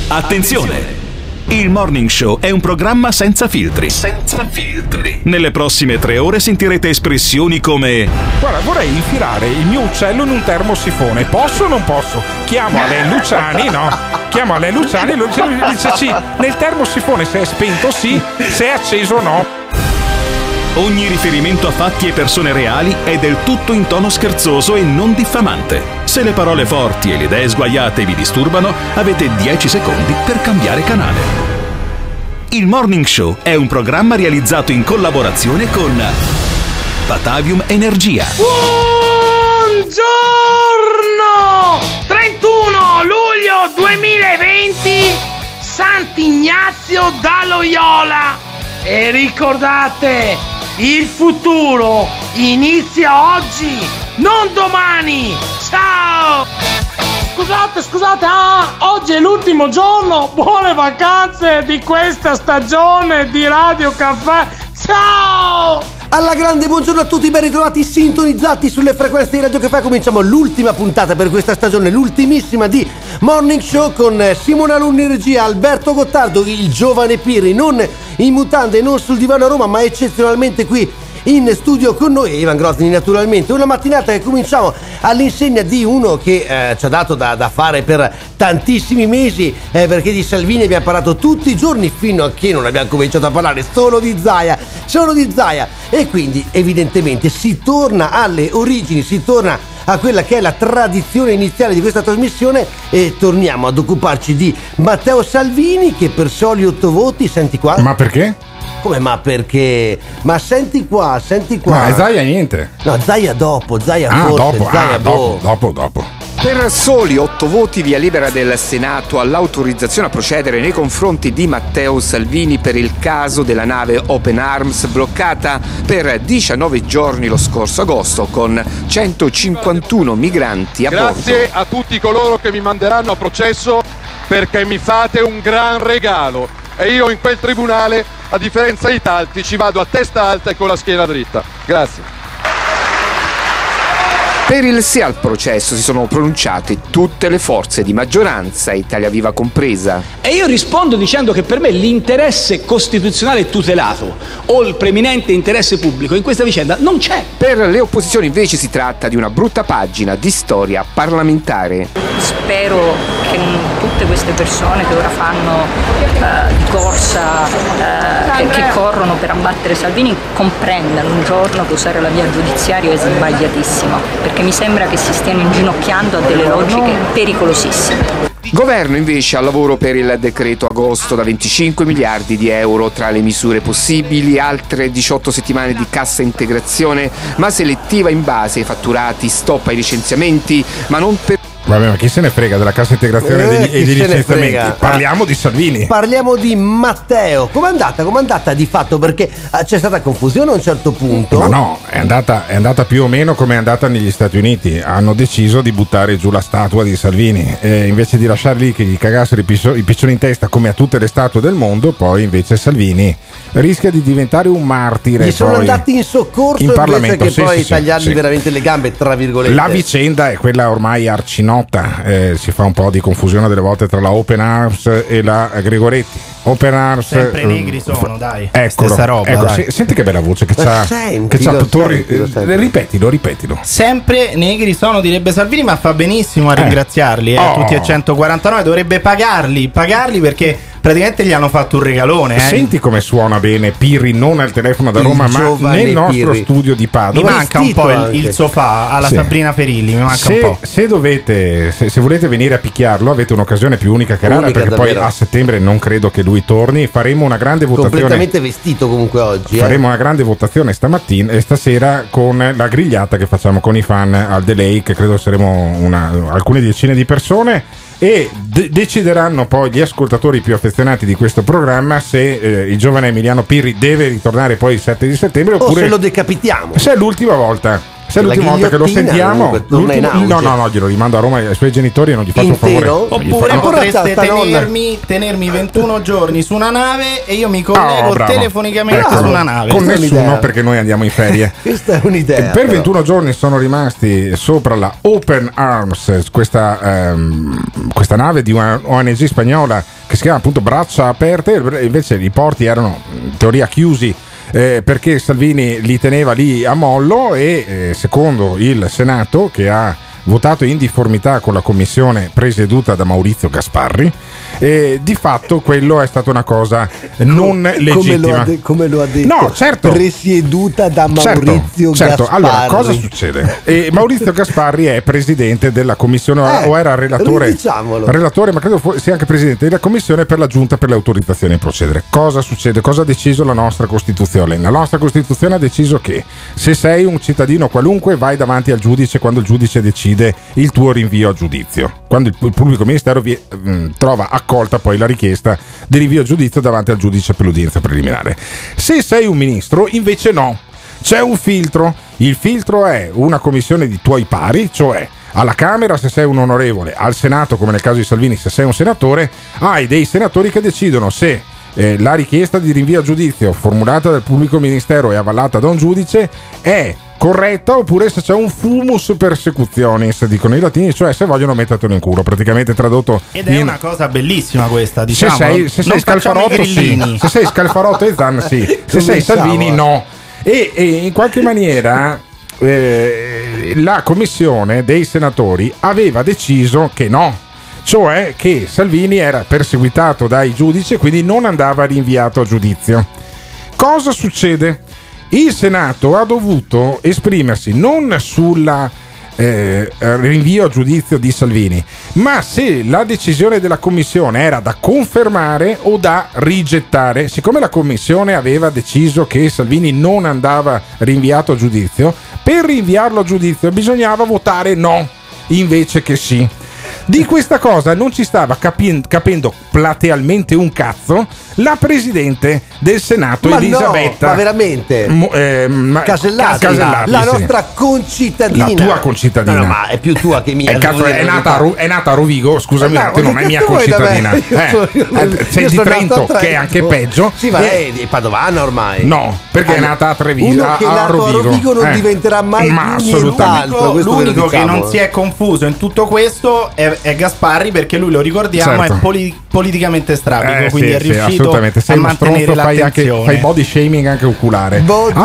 Attenzione! Il Morning Show è un programma senza filtri. Senza filtri. Nelle prossime 3 ore sentirete espressioni come: guarda, vorrei infilare il mio uccello in un termosifone. Posso o non posso? Chiamo Ale Luciani, no? Chiamo Ale Luciani e lui dice sì. Nel termosifone se è spento sì, se è acceso no. Ogni riferimento a fatti e persone reali è del tutto in tono scherzoso e non diffamante. Se le parole forti e le idee sguaiate vi disturbano, avete 10 secondi per cambiare canale. Il Morning Show è un programma realizzato in collaborazione con Batavium Energia. Buongiorno! 31 luglio 2020, Sant'Ignazio da Loyola. E ricordate, il futuro inizia oggi, non domani. Ciao! Scusate, oggi è l'ultimo giorno. Buone vacanze di questa stagione di Radio Caffè. Ciao! Alla grande buongiorno a tutti, ben ritrovati sintonizzati sulle frequenze di Radio Caffè. Cominciamo l'ultima puntata per questa stagione, l'ultimissima di Morning Show con Simone Alunni in regia, Alberto Gottardo, il giovane Pirri, non in mutande, non sul divano a Roma, ma eccezionalmente qui in studio con noi, Ivan Grosni naturalmente. Una mattinata che cominciamo all'insegna di uno che ci ha dato da fare per tantissimi mesi, perché di Salvini abbiamo parlato tutti i giorni fino a che non abbiamo cominciato a parlare solo di Zaia, e quindi evidentemente si torna alle origini, si torna a quella che è la tradizione iniziale di questa trasmissione e torniamo ad occuparci di Matteo Salvini, che per soli 8 voti, senti qua. Ma perché? Come ma perché? Ma senti qua. Ma Zaia niente. No, Zaia dopo, Zaia forse, dopo. Per soli 8 voti via libera del Senato all'autorizzazione a procedere nei confronti di Matteo Salvini per il caso della nave Open Arms bloccata per 19 giorni lo scorso agosto con 151 migranti a bordo. Grazie a tutti coloro che mi manderanno a processo, perché mi fate un gran regalo e io in quel tribunale, a differenza di tanti, ci vado a testa alta e con la schiena dritta. Grazie. Per il sì al processo si sono pronunciate tutte le forze di maggioranza, Italia Viva compresa. E io rispondo dicendo che per me l'interesse costituzionale tutelato o il preminente interesse pubblico in questa vicenda non c'è. Per le opposizioni invece si tratta di una brutta pagina di storia parlamentare. Spero che tutte queste persone che ora fanno di corsa, che corrono per abbattere Salvini, comprendano un giorno che usare la via giudiziaria è sbagliatissimo, perché mi sembra che si stiano inginocchiando a delle logiche pericolosissime. Governo invece al lavoro per il decreto agosto da 25 miliardi di euro tra le misure possibili, altre 18 settimane di cassa integrazione, ma selettiva in base ai fatturati, stop ai licenziamenti, ma non per... Vabbè, ma chi se ne frega della cassa integrazione e dei licenziamenti? Parliamo di Salvini. Parliamo di Matteo. Com'è andata di fatto? Perché c'è stata confusione a un certo punto. Ma no, è andata più o meno come è andata negli Stati Uniti. Hanno deciso di buttare giù la statua di Salvini e invece di lasciarli che gli cagassero i piccioni in testa come a tutte le statue del mondo, poi invece Salvini rischia di diventare un martire. Gli sono andati in soccorso in Parlamento, invece che poi tagliargli veramente le gambe, tra virgolette. La vicenda è quella ormai arcinota. Si fa un po' di confusione delle volte tra la Open Arms e la Gregoretti. Open Arms sempre negri sono, dai. Eccolo, stessa roba, ecco, dai. Senti che bella voce che c'ha. Ripetilo. Sempre negri sono, direbbe Salvini, ma fa benissimo a ringraziarli, tutti a 149, dovrebbe pagarli perché praticamente gli hanno fatto un regalone. Senti come suona bene Pirri, non al telefono da Roma, ma nel nostro studio di Padova. Mi manca un po' il sofà alla Sabrina Ferilli, mi manca un po'. Se volete venire a picchiarlo, avete un'occasione più unica che rara, perché davvero. Poi a settembre non credo che lui torni. Faremo una grande votazione. Completamente vestito comunque oggi. Faremo una grande votazione stamattina e stasera con la grigliata che facciamo con i fan al The Lake. Credo saremo alcune decine di persone. E decideranno poi gli ascoltatori più affezionati di questo programma se il giovane Emiliano Pirri deve ritornare poi il 7 di settembre oppure se lo decapitiamo. Se è l'ultima volta. Se è l'ultima volta che lo sentiamo, no, glielo rimando a Roma ai suoi genitori e non gli faccio favore. Oppure potreste tenermi 21 giorni su una nave e io mi collego telefonicamente su una nave. Con nessuno, perché noi andiamo in ferie. Questa è un'idea. Per 21 giorni sono rimasti sopra la Open Arms, questa nave di una ONG spagnola che si chiama appunto Braccia Aperte, invece i porti erano in teoria chiusi perché Salvini li teneva lì a mollo e secondo il Senato, che ha votato in difformità con la commissione presieduta da Maurizio Gasparri, di fatto quello è stata una cosa non legittima. Come lo ha detto? No, certo. Presieduta da Maurizio certo. Gasparri. Allora, cosa succede? Maurizio Gasparri è presidente della commissione, o era relatore, ma credo sia anche presidente della commissione per la giunta per le autorizzazioni in procedere. Cosa succede? Cosa ha deciso la nostra Costituzione? La nostra Costituzione ha deciso che se sei un cittadino qualunque vai davanti al giudice quando il giudice decide il tuo rinvio a giudizio, quando il pubblico ministero trova accolta poi la richiesta di rinvio a giudizio davanti al giudice per l'udienza preliminare. Se sei un ministro invece no, c'è un filtro. Il filtro è una commissione di tuoi pari, cioè alla Camera se sei un onorevole, al Senato come nel caso di Salvini se sei un senatore, hai dei senatori che decidono se la richiesta di rinvio a giudizio formulata dal pubblico ministero e avallata da un giudice è corretta oppure se c'è un fumus persecutionis, dicono i latini, cioè se vogliono mettertelo in culo, praticamente tradotto. Ed è una cosa bellissima questa, diciamo. Se sei Scalfarotto sì, se sei Scalfarotto e Zan sì, se sei Salvini no. E in qualche maniera la commissione dei senatori aveva deciso che no, cioè che Salvini era perseguitato dai giudici e quindi non andava rinviato a giudizio. Cosa succede? Il Senato ha dovuto esprimersi non sulla rinvio a giudizio di Salvini, ma se la decisione della commissione era da confermare o da rigettare. Siccome la commissione aveva deciso che Salvini non andava rinviato a giudizio, per rinviarlo a giudizio bisognava votare no invece che sì. Di questa cosa non ci stava capendo platealmente un cazzo la presidente del Senato, Elisabetta. No, ma veramente? Casellati, la nostra concittadina. La tua concittadina. No, ma è più tua che mia. È nata a Rovigo, scusami, non è mia concittadina. Sei di Trento, che è anche peggio. Sì, ma lei è padovana ormai. No, perché è nata a Treviso. Uno che è nato a Rovigo non diventerà mai più nient'altro. L'unico che non si è confuso in tutto questo è Gasparri, perché lui, lo ricordiamo, è politicamente strabico, quindi è riuscito a mantenere l'attenzione. Fai body shaming anche oculare.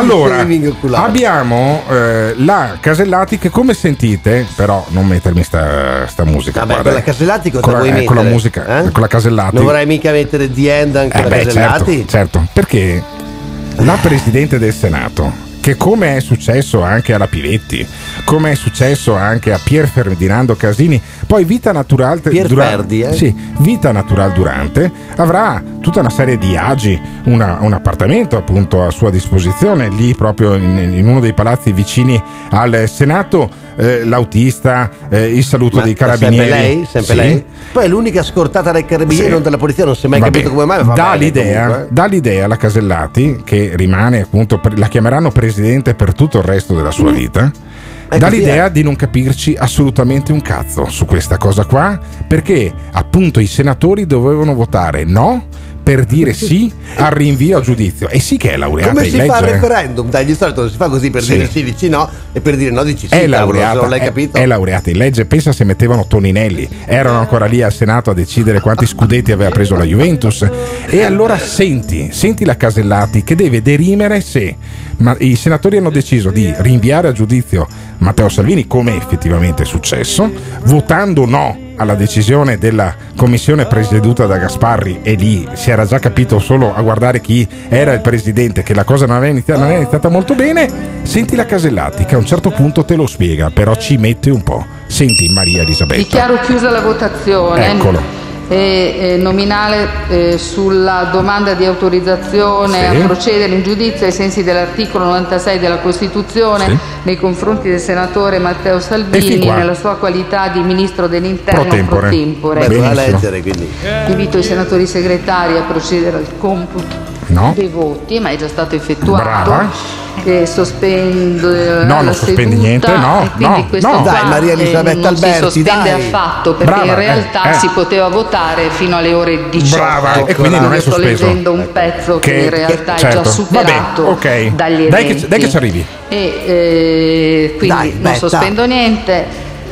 Abbiamo la Casellati che, come sentite, però non mettermi sta musica. Vabbè, con la Casellati cosa vuoi mettere? Con la musica, con la Casellati. Non vorrai mica mettere The End anche la Casellati? Certo, perché la Presidente del Senato, che come è successo anche alla Pivetti, come è successo anche a Pier Ferdinando Casini, poi vita natural durante, avrà tutta una serie di agi, un appartamento appunto a sua disposizione lì proprio in uno dei palazzi vicini al Senato, l'autista, il saluto dei carabinieri. Sempre lei? Poi è l'unica scortata dai carabinieri, non della polizia, non si è mai capito come mai. Dà l'idea alla Casellati, che rimane appunto, la chiameranno presidente per tutto il resto della sua vita, dà l'idea di non capirci assolutamente un cazzo su questa cosa qua, perché appunto i senatori dovevano votare no per dire sì al rinvio a giudizio. E sì che è laureata in legge. Come si fa il referendum? Dai, di solito si fa così, per dire sì dici no, e per dire no dici sì. È laureata in legge. Pensa se mettevano Toninelli, erano ancora lì al Senato a decidere quanti scudetti aveva preso la Juventus. E allora senti la Casellati che deve derimere se i senatori hanno deciso di rinviare a giudizio Matteo Salvini, come effettivamente è successo, votando no alla decisione della commissione presieduta da Gasparri, e lì si era già capito solo a guardare chi era il presidente che la cosa non è iniziata molto bene. Senti la Casellati che a un certo punto te lo spiega, però ci mette un po'. Senti Maria Elisabetta. Dichiaro chiusa la votazione. Eccolo. Nominale sulla domanda di autorizzazione a procedere in giudizio ai sensi dell'articolo 96 della Costituzione nei confronti del senatore Matteo Salvini nella sua qualità di Ministro dell'Interno pro tempore. Invito i senatori segretari a procedere al computo dei voti, ma è già stato effettuato. Sospendo non sospendi niente, dai Maria Elisabetta non Alberti, si sospende affatto, perché in realtà si poteva votare fino alle ore 18. E quindi non è sto sospeso. leggendo un pezzo che in realtà è già superato dagli eventi. Dai che ci arrivi. Quindi non sospendo niente.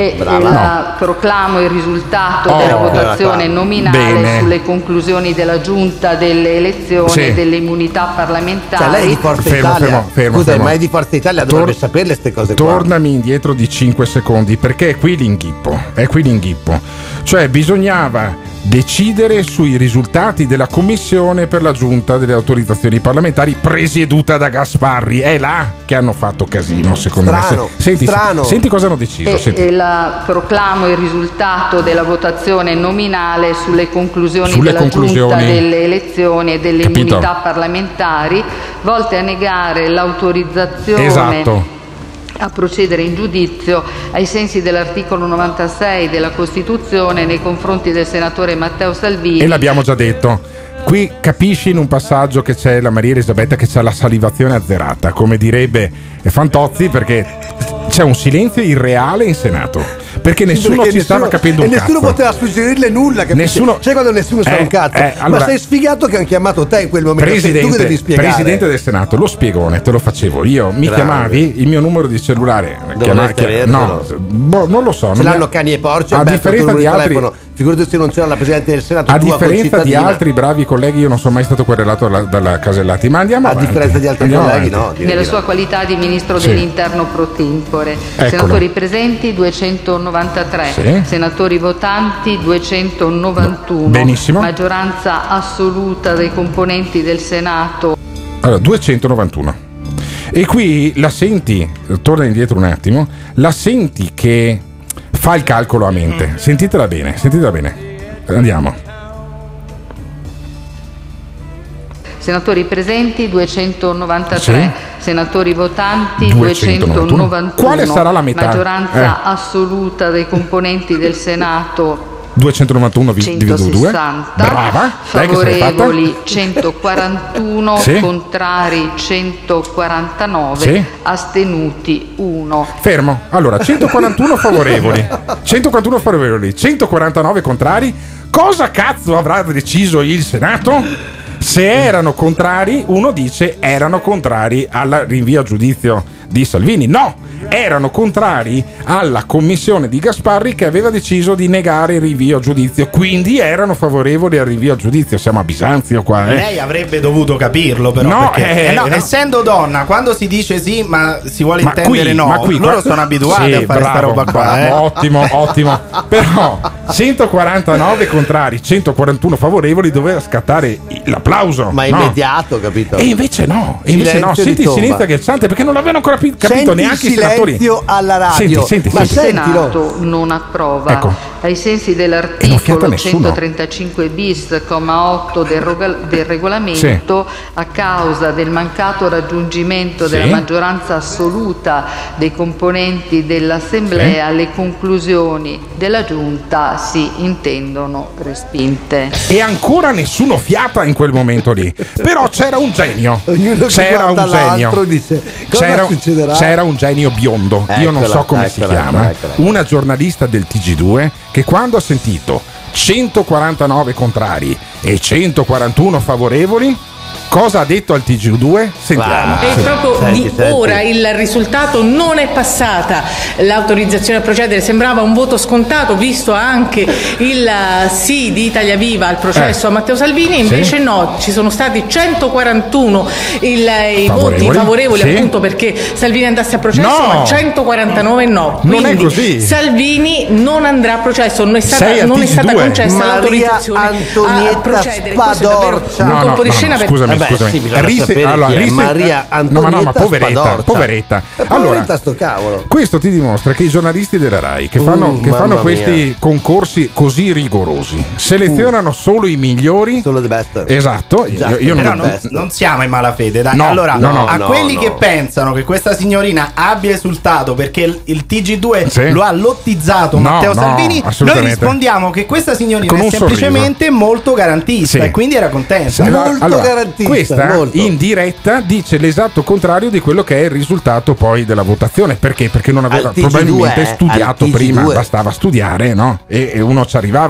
Proclamo il risultato della votazione nominale sulle conclusioni della Giunta delle elezioni e delle immunità parlamentari. Cioè lei è di Forza Italia. Scusa, ma è di Forza Italia, dovrebbe saperle queste cose qua. Tornami indietro di 5 secondi, perché è qui l'inghippo. Cioè bisognava decidere sui risultati della commissione per la giunta delle autorizzazioni parlamentari presieduta da Gasparri. È là che hanno fatto casino, secondo me. Senti cosa hanno deciso. Proclamo il risultato della votazione nominale sulle conclusioni della giunta delle elezioni e delle immunità parlamentari volte a negare l'autorizzazione a procedere in giudizio ai sensi dell'articolo 96 della Costituzione nei confronti del senatore Matteo Salvini. E l'abbiamo già detto. Qui capisci in un passaggio che c'è la Maria Elisabetta che c'ha la salivazione azzerata, come direbbe Fantozzi, perché c'è un silenzio irreale in Senato. Perché nessuno ci stava capendo un cazzo. E nessuno poteva suggerirle nulla. C'è quando nessuno sa un cazzo. Allora, ma sei sfigato che hanno chiamato te in quel momento. Presidente del Senato, lo spiegone te lo facevo io. Mi chiamavi, il mio numero di cellulare. Non lo so. Ce l'hanno cani e porci. A differenza di altri. Figurati se non c'era la Presidente del Senato. A differenza di altri bravi colleghi, io non sono mai stato querelato dalla Casellati. Ma andiamo avanti. A differenza di altri colleghi, no. Nella sua qualità di Ministro dell'Interno pro tempore. Senatori presenti 293, senatori votanti 291. Benissimo. Maggioranza assoluta dei componenti del Senato. Allora, 291. E qui la senti, torna indietro un attimo, la senti che fa il calcolo a mente. Sentitela bene. Andiamo. Senatori presenti 293, senatori votanti 291. Quale sarà la metà? Maggioranza assoluta dei componenti del Senato 291 diviso 2. Brava. Favorevoli 141, contrari 149, astenuti 1. Fermo. Allora, 141 favorevoli, 149 contrari. Cosa cazzo avrà deciso il Senato? Se erano contrari, uno dice erano contrari al rinvio a giudizio di Salvini. No, erano contrari alla commissione di Gasparri che aveva deciso di negare il rinvio a giudizio, quindi erano favorevoli al rinvio a giudizio. Siamo a Bisanzio qua. Lei avrebbe dovuto capirlo, però, no, perché essendo donna, quando si dice sì ma si vuole intendere loro sono abituati a fare sta roba qua. Ottimo. Però 149 contrari, 141 favorevoli, doveva scattare l'applauso. Ma immediato, capito? E invece no. Senti il silenzio agghiacciante, perché non l'avevano ancora capito neanche i senatori. Silenzio alla radio. Senti. Il Senato non approva. Ai sensi dell'articolo 135 bis, comma 8 del regolamento, a causa del mancato raggiungimento della maggioranza assoluta dei componenti dell'Assemblea, le conclusioni della Giunta si intendono respinte. E ancora nessuno fiata in quel momento lì. Però c'era un genio. C'era un genio biondo. Io non so come si chiama. Una giornalista del TG2 che quando ha sentito 149 contrari e 141 favorevoli, cosa ha detto al TG2? Sentiamo. E proprio ora il risultato non è passata l'autorizzazione a procedere, sembrava un voto scontato visto anche il sì di Italia Viva al processo a Matteo Salvini, invece no, ci sono stati 141 i voti favorevoli appunto perché Salvini andasse a processo, ma 149 no. Quindi non è così. Salvini non andrà a processo, non è stata concessa l'autorizzazione a procedere. Questo è davvero un colpo di scena scusami. Maria Antonietta poveretta. Allora, sto cavolo. Questo ti dimostra che i giornalisti della RAI che fanno questi concorsi così rigorosi selezionano solo i migliori, solo the best. Esatto. Io non siamo in malafede, dai. Quelli che pensano che questa signorina abbia esultato perché il TG2 lo ha lottizzato Matteo Salvini, noi rispondiamo che questa signorina è semplicemente molto garantista e quindi era contenta. Molto garantista. Questa in diretta dice l'esatto contrario di quello che è il risultato poi della votazione. Perché non aveva probabilmente studiato prima, bastava studiare, no? E uno ci arrivava.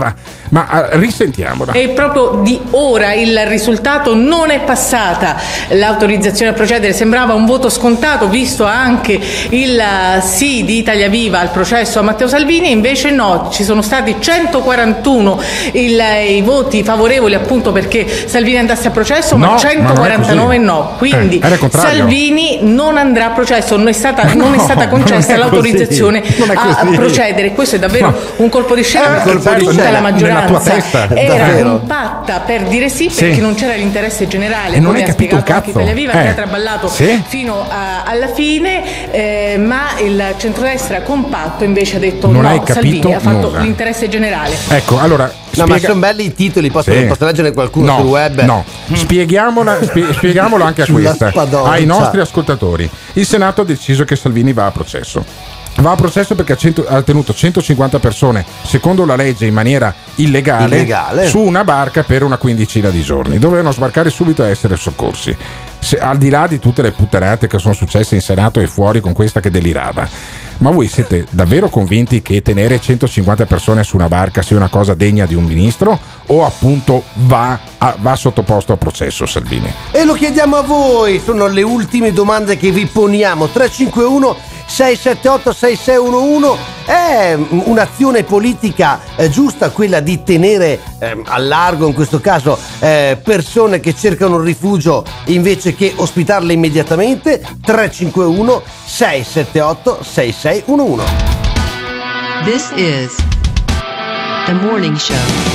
Ma risentiamola. E proprio di ora il risultato: non è passata l'autorizzazione a procedere. Sembrava un voto scontato, visto anche il sì di Italia Viva al processo a Matteo Salvini, invece no, ci sono stati 141 i voti favorevoli appunto perché Salvini andasse a processo, ma 149 no. Quindi Salvini non andrà a processo, non è stata concessa l'autorizzazione a procedere. Questo è davvero un colpo di scena, tutta la maggioranza era compatta per dire sì, perché non c'era l'interesse generale, non come ha ha spiegato anche cazzo. Italia Viva, che ha traballato fino alla fine, ma il centrodestra compatto invece ha detto non no, Salvini ha fatto l'interesse generale. Ecco, allora no, ma sono belli i titoli, posso leggere qualcuno sul web? No, spieghiamolo anche a questa, ai nostri ascoltatori. Il Senato ha deciso che Salvini va a processo. Va a processo perché ha tenuto 150 persone, secondo la legge, in maniera illegale su una barca per una quindicina di giorni. Dovevano sbarcare subito e essere soccorsi. Al di là di tutte le puttanate che sono successe in Senato e fuori con questa che delirava. Ma voi siete davvero convinti che tenere 150 persone su una barca sia una cosa degna di un ministro? O appunto va sottoposto a processo Salvini? E lo chiediamo a voi, sono le ultime domande che vi poniamo. 351 678 6611. È un'azione politica giusta quella di tenere a largo, in questo caso, persone che cercano un rifugio invece che ospitarle immediatamente? 351 678 6611. This is The Morning Show.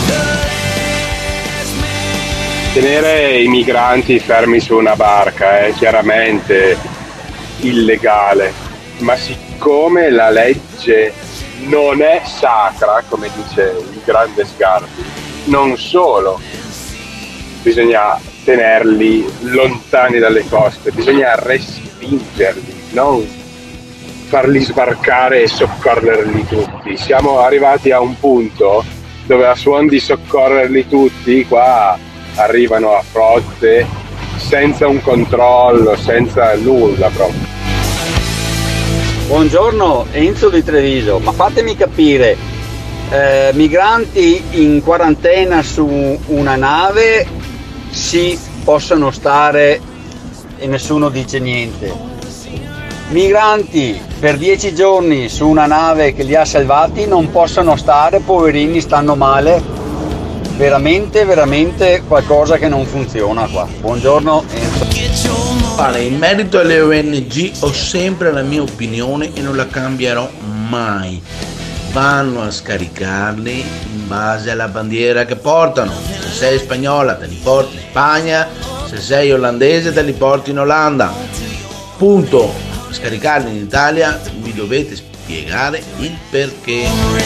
Tenere i migranti fermi su una barca è chiaramente illegale, ma siccome la legge non è sacra, come dice il grande Sgarbi, non solo bisogna tenerli lontani dalle coste, bisogna respingerli, non farli sbarcare e soccorrerli tutti. Siamo arrivati a un punto dove a suon di soccorrerli tutti qua arrivano a frotte senza un controllo, senza nulla proprio. Buongiorno, Enzo di Treviso, ma fatemi capire, migranti in quarantena su una nave sì, possono stare e nessuno dice niente. Migranti per 10 giorni su una nave che li ha salvati non possono stare, poverini, stanno male. Veramente qualcosa che non funziona qua. Buongiorno Enzo. Vale, in merito alle ONG ho sempre la mia opinione e non la cambierò mai. Vanno a scaricarli in base alla bandiera che portano. Se sei spagnola te li porti in Spagna, se sei olandese te li porti in Olanda. Punto. Scaricarli in Italia mi dovete spiegare il perché.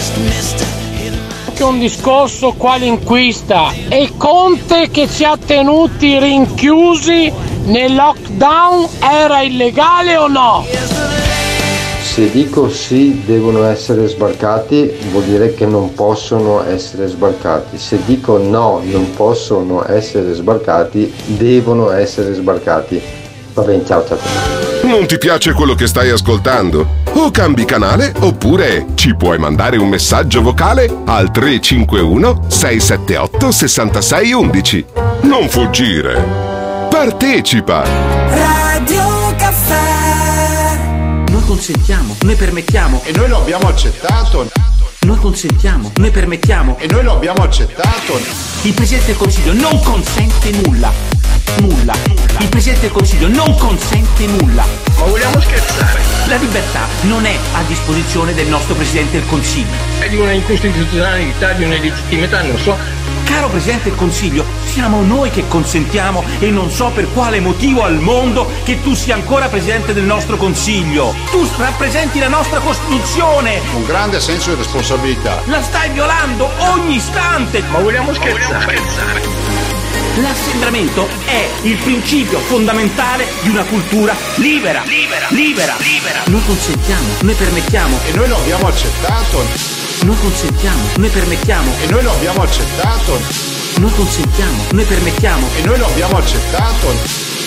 Un discorso qualinquista. E Conte che ci ha tenuti rinchiusi nel lockdown era illegale o no? Se dico sì devono essere sbarcati vuol dire che non possono essere sbarcati. Se dico no non possono essere sbarcati, devono essere sbarcati. Va bene, ciao. Non ti piace quello che stai ascoltando? O cambi canale oppure ci puoi mandare un messaggio vocale al 351 678 6611. Non fuggire. Partecipa. Radio Caffè. Noi consentiamo, noi permettiamo e noi lo abbiamo accettato. Noi consentiamo, noi permettiamo e noi lo abbiamo accettato. Il Presidente del Consiglio non consente nulla. Il Presidente del Consiglio non consente nulla. Ma vogliamo scherzare? La libertà non è a disposizione del nostro Presidente del Consiglio. È di una incostituzionalità, di una illegittimità, non so. Caro Presidente del Consiglio, siamo noi che consentiamo e non so per quale motivo al mondo che tu sia ancora Presidente del nostro Consiglio. Tu rappresenti la nostra Costituzione. Un grande senso di responsabilità. La stai violando ogni istante. Ma vogliamo scherzare? L'assembramento è il principio fondamentale di una cultura libera. Noi consentiamo, noi permettiamo e noi lo abbiamo accettato. Noi consentiamo, noi permettiamo e noi lo abbiamo accettato. Noi consentiamo, noi permettiamo e noi lo abbiamo accettato.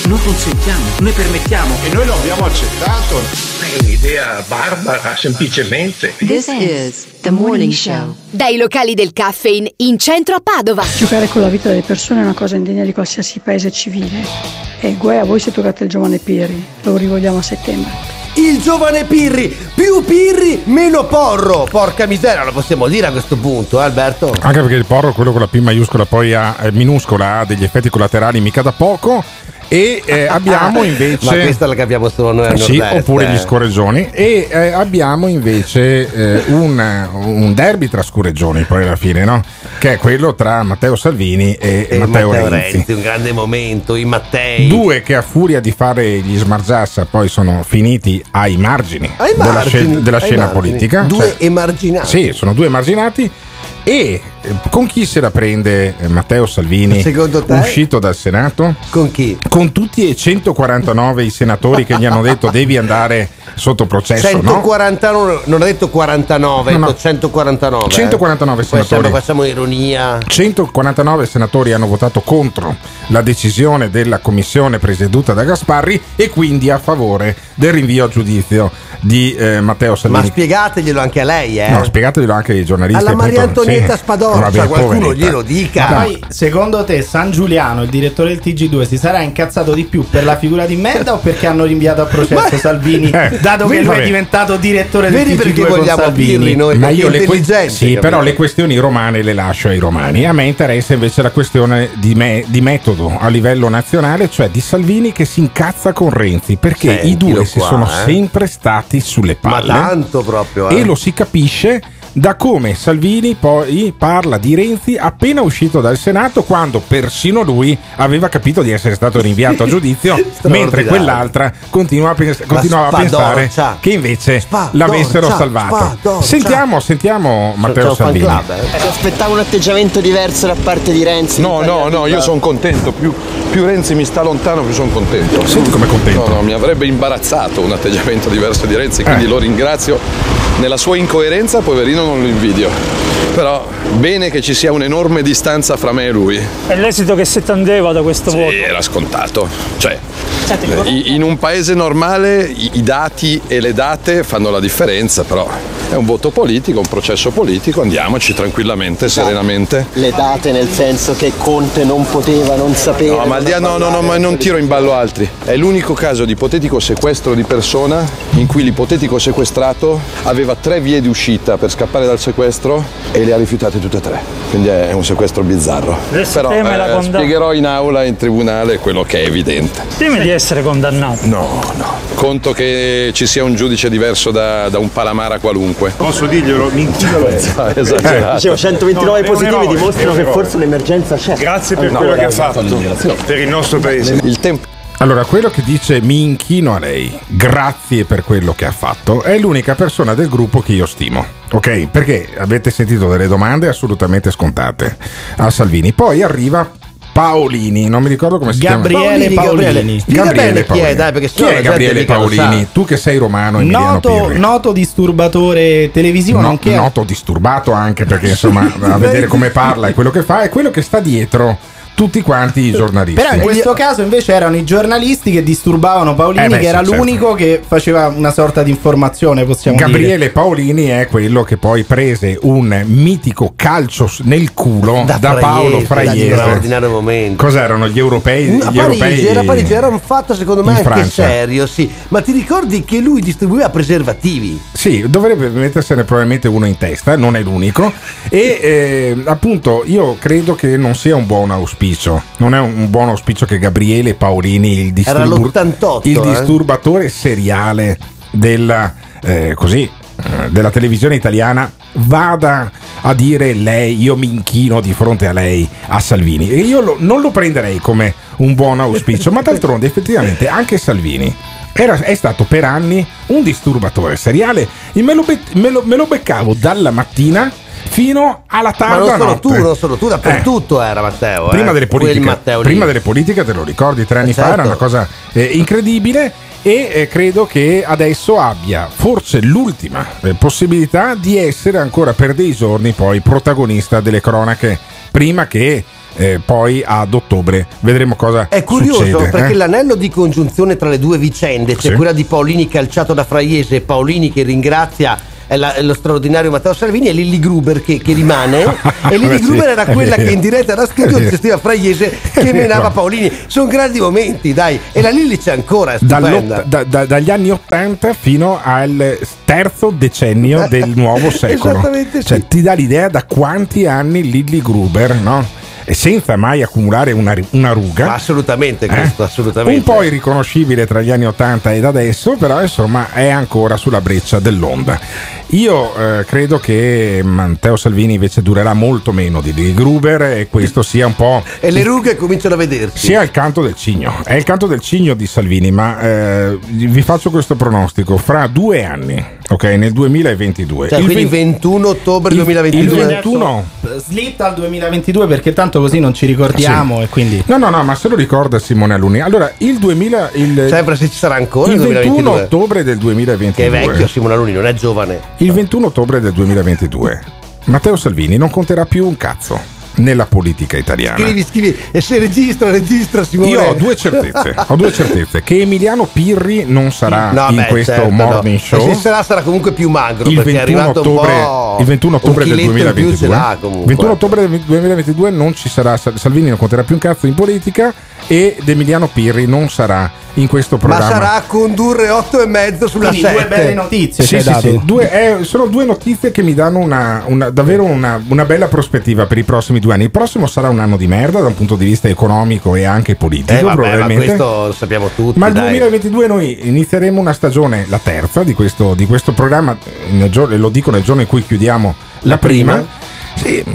noi consentiamo, noi permettiamo. E noi lo abbiamo accettato. È un'idea barbara, semplicemente. This is The Morning Show. Dai locali del Caffeine in centro a Padova. Giocare con la vita delle persone è una cosa indegna di qualsiasi paese civile. E guai a voi se toccate il giovane Pirri. Lo rivogliamo a settembre. Il giovane Pirri, più Pirri, meno Porro. Porca miseria, lo possiamo dire a questo punto, Alberto? Anche perché il Porro, quello con la P maiuscola poi minuscola, ha degli effetti collaterali mica da poco. E abbiamo invece. Ma questa la capiamo solo noi a sì, Nord-Est, oppure gli scorreggioni. E abbiamo invece un derby tra scorreggioni, poi alla fine, no? Che è quello tra Matteo Salvini e Matteo Renzi. Un grande momento, i Mattei. Due che a furia di fare gli smarzassa poi sono finiti ai margini, della scena politica. Due emarginati. Sì, sono due emarginati. E con chi se la prende Matteo Salvini, secondo te? Uscito dal Senato? Con chi? Con tutti e 149 i senatori che gli hanno detto devi andare sotto processo, 149, no? Non ha detto 49, no. 149. 149 senatori. Facciamo ironia. 149 senatori hanno votato contro la decisione della commissione presieduta da Gasparri e quindi a favore del rinvio a giudizio di Matteo Salvini. Ma spiegateglielo anche a lei, No, spiegateglielo anche ai giornalisti. Alla Maria Antonietta Spadorcia, qualcuno poveretta. glielo dica. Ma poi, secondo te, San Giuliano, il direttore del TG2, si sarà incazzato di più per la figura di merda o perché hanno rinviato a processo Salvini, dato che lui è diventato direttore del TG2 perché con vogliamo Salvini? noi, ma io sì, però le questioni romane le lascio ai romani. A me interessa invece la questione di metodo a livello nazionale, cioè di Salvini che si incazza con Renzi, perché i due si sono sempre stati sulle palle. Ma tanto proprio, E lo si capisce da come Salvini poi parla di Renzi appena uscito dal Senato, quando persino lui aveva capito di essere stato rinviato a giudizio, mentre quell'altra continuava a pensare che invece l'avessero salvato. Sentiamo Matteo Salvini. Aspettavo un atteggiamento diverso da parte di Renzi. No, io sono contento. Più Renzi mi sta lontano, più sono contento. Senti come contento. No, mi avrebbe imbarazzato un atteggiamento diverso di Renzi, quindi lo ringrazio. Nella sua incoerenza, poverino, non lo invidio. Però bene che ci sia un'enorme distanza fra me e lui. È l'esito che si attendeva da questo voto? Sì, era scontato. Cioè, in un paese normale i dati e le date fanno la differenza, però è un voto politico, un processo politico, andiamoci tranquillamente, serenamente. Le date nel senso che Conte non poteva, non sapeva. No, ma non tiro in ballo altri. È l'unico caso di ipotetico sequestro di persona in cui l'ipotetico sequestrato aveva 3 vie di uscita per scappare dal sequestro e le ha rifiutate tutte e 3. Quindi è un sequestro bizzarro. Però spiegherò in aula, in tribunale, quello che è evidente. Temi di essere condannato? No. Conto che ci sia un giudice diverso da un Palamara qualunque. Posso dirglielo? Mi inchino a lei. Esagerato. Dicevo, 129 positivi dimostrano che forse un'emergenza c'è. Grazie per quello che ha fatto per il nostro paese. Il tempo. Allora, quello che dice mi inchino a lei, grazie per quello che ha fatto, è l'unica persona del gruppo che io stimo, ok? Perché avete sentito delle domande assolutamente scontate a Salvini. Poi arriva Paolini, non mi ricordo come si chiama. Gabriele Paolini. Gabriele Paolini. Perché chi è Gabriele Paolini? Tu che sei romano, Emiliano Pirri. Noto disturbatore televisivo, nonché noto disturbato anche perché insomma a vedere come parla e quello che fa, è quello che sta dietro tutti quanti i giornalisti. Però in questo caso invece erano i giornalisti che disturbavano Paolini, che era l'unico che faceva una sorta di informazione, possiamo dire. Gabriele Paolini è quello che poi prese un mitico calcio nel culo da Paolo Fraiese. Straordinario momento. Cos'erano gli europei? Parigi era un fatto secondo me anche serio, sì. Ma ti ricordi che lui distribuiva preservativi? Sì, dovrebbe mettersene probabilmente uno in testa, non è l'unico. E appunto io credo che non sia un buon auspicio. Non è un buon auspicio che Gabriele Paolini, il disturbatore seriale della televisione italiana, vada a dire io mi inchino di fronte a lei, a Salvini. E io non lo prenderei come un buon auspicio, ma d'altronde effettivamente anche Salvini è stato per anni un disturbatore seriale. Me lo beccavo dalla mattina fino alla tarda notte. Ma non solo tu, dappertutto era Matteo. Prima delle politiche, te lo ricordi, 3 anni fa era una cosa incredibile. E credo che adesso abbia forse l'ultima possibilità di essere ancora per dei giorni poi protagonista delle cronache, prima che poi ad ottobre vedremo cosa è curioso succede, perché l'anello di congiunzione tra le due vicende, cioè quella di Paolini calciato da Fraiese e Paolini che ringrazia lo straordinario Matteo Salvini, e Lilli Gruber che rimane e Lilli Gruber era quella che in diretta da studio gestiva Fraiese che menava Paolini. Sono grandi momenti, dai, e la Lilli c'è ancora, è stupenda. Dagli anni 80 fino al terzo decennio del nuovo secolo. Esattamente, cioè, sì. ti dà l'idea da quanti anni Lilli Gruber, no? E senza mai accumulare una ruga. Assolutamente, questo, assolutamente. Un po' irriconoscibile tra gli anni 80 ed adesso, però insomma è ancora sulla breccia dell'onda. Io credo che Matteo Salvini invece durerà molto meno di Lilli Gruber, e questo sia un po'. E le rughe cominciano a vedersi. Sia il canto del cigno. È il canto del cigno di Salvini, ma vi faccio questo pronostico: fra 2 anni, ok, nel 2022. Cioè, quindi 21 ottobre 2022. Il 21 slitta al 2022 perché tanto così non ci ricordiamo, sì. E quindi no, ma se lo ricorda Simone Alunni. Allora, il 2000 sempre se ci sarà ancora il 21 2022. Ottobre del 2022. Che è vecchio Simone Alunni, non è giovane. Il 21 ottobre del 2022 Matteo Salvini non conterà più un cazzo nella politica italiana. Scrivi e se registra Simone. Io ho due certezze che Emiliano Pirri non sarà in questo morning show. E se sarà comunque più magro, il perché 21 è arrivato ottobre, un po', il 21 ottobre del 2022 21 ottobre ottobre del 2022 non ci sarà, Salvini non conterà più un cazzo in politica, ed Emiliano Pirri non sarà in questo programma, ma sarà a condurre 8:30 sulla 7. Due belle notizie, sì. Sono due notizie che mi danno davvero una bella prospettiva per i prossimi 2 anni. Il prossimo sarà un anno di merda da un punto di vista economico e anche politico, probabilmente. Ma questo lo sappiamo tutti. Ma il 2022 noi inizieremo una stagione, la terza di questo programma, lo dico nel giorno in cui chiudiamo la prima. Sì,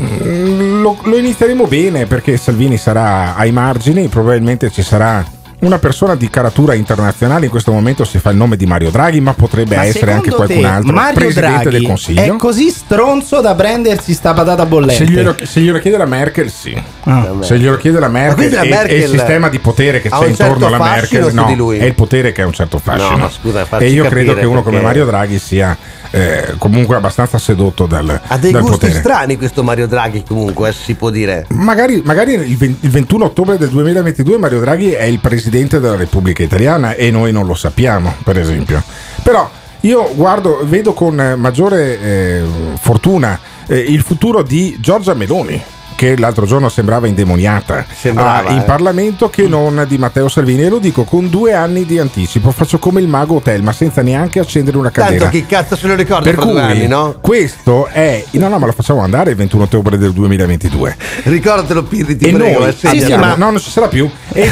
lo inizieremo bene perché Salvini sarà ai margini, probabilmente ci sarà una persona di caratura internazionale. In questo momento si fa il nome di Mario Draghi, ma potrebbe essere anche qualcun altro. Mario Presidente Draghi del Consiglio è così stronzo da prendersi sta patata bollente? Se glielo chiede la Merkel, sì. Se glielo chiede la Merkel, e il sistema di potere che c'è intorno alla Merkel, è il potere che ha un certo fascino. No, scusa, e io credo che uno come Mario Draghi sia comunque abbastanza sedotto dal ha dei dal gusti potere. strani questo Mario Draghi, comunque si può dire. Magari il 21 ottobre del 2022 Mario Draghi è il presidente della Repubblica Italiana e noi non lo sappiamo, per esempio. Però io vedo con maggiore fortuna il futuro di Giorgia Meloni, che l'altro giorno sembrava indemoniata in Parlamento, che non di Matteo Salvini, e lo dico con 2 anni di anticipo. Faccio come il mago Hotel, ma senza neanche accendere una candela. Tanto chi cazzo se lo ricorda per fra 2 anni, no? Questo è ma lo facciamo andare il 21 ottobre del 2022. Ricordatelo, Pirri, ti e prego. Noi, ma no, non ci sarà più. E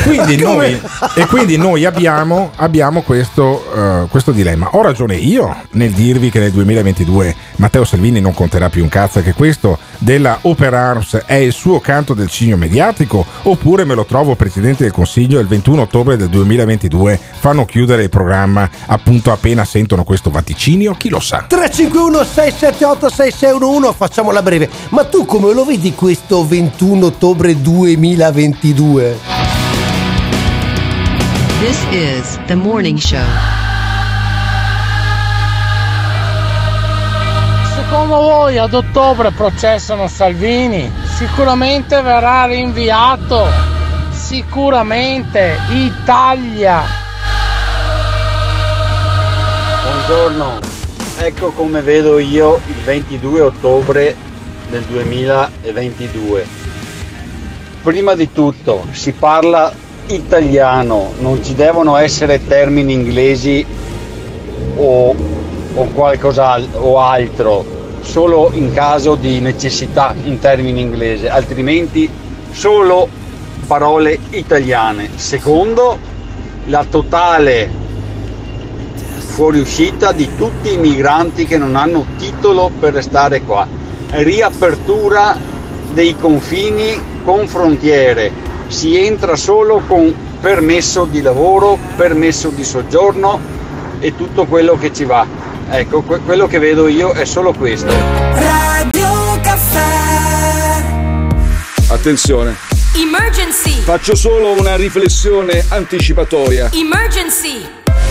quindi noi abbiamo questo dilemma. Ho ragione io nel dirvi che nel 2022 Matteo Salvini non conterà più un cazzo, e che questo della Opera Arms è il suo canto del cigno mediatico, oppure me lo trovo Presidente del Consiglio il 21 ottobre del 2022, fanno chiudere il programma appunto appena sentono questo vaticinio? Chi lo sa? 351 678 6611, facciamola breve. Ma tu come lo vedi questo 21 ottobre 2022? This is The Morning Show. Secondo voi ad ottobre processano Salvini? Sicuramente verrà rinviato. Sicuramente. Italia. Buongiorno. Ecco come vedo io il 22 ottobre del 2022. Prima di tutto si parla italiano, non ci devono essere termini inglesi o qualcos'altro o altro, solo in caso di necessità in termini inglesi, altrimenti solo parole italiane. Secondo, la totale fuoriuscita di tutti i migranti che non hanno titolo per restare qua, riapertura dei confini con frontiere, si entra solo con permesso di lavoro, permesso di soggiorno e tutto quello che ci va. Ecco, quello che vedo io è solo questo. Radio Caffè. Attenzione. Emergency. Faccio solo una riflessione anticipatoria. Emergency.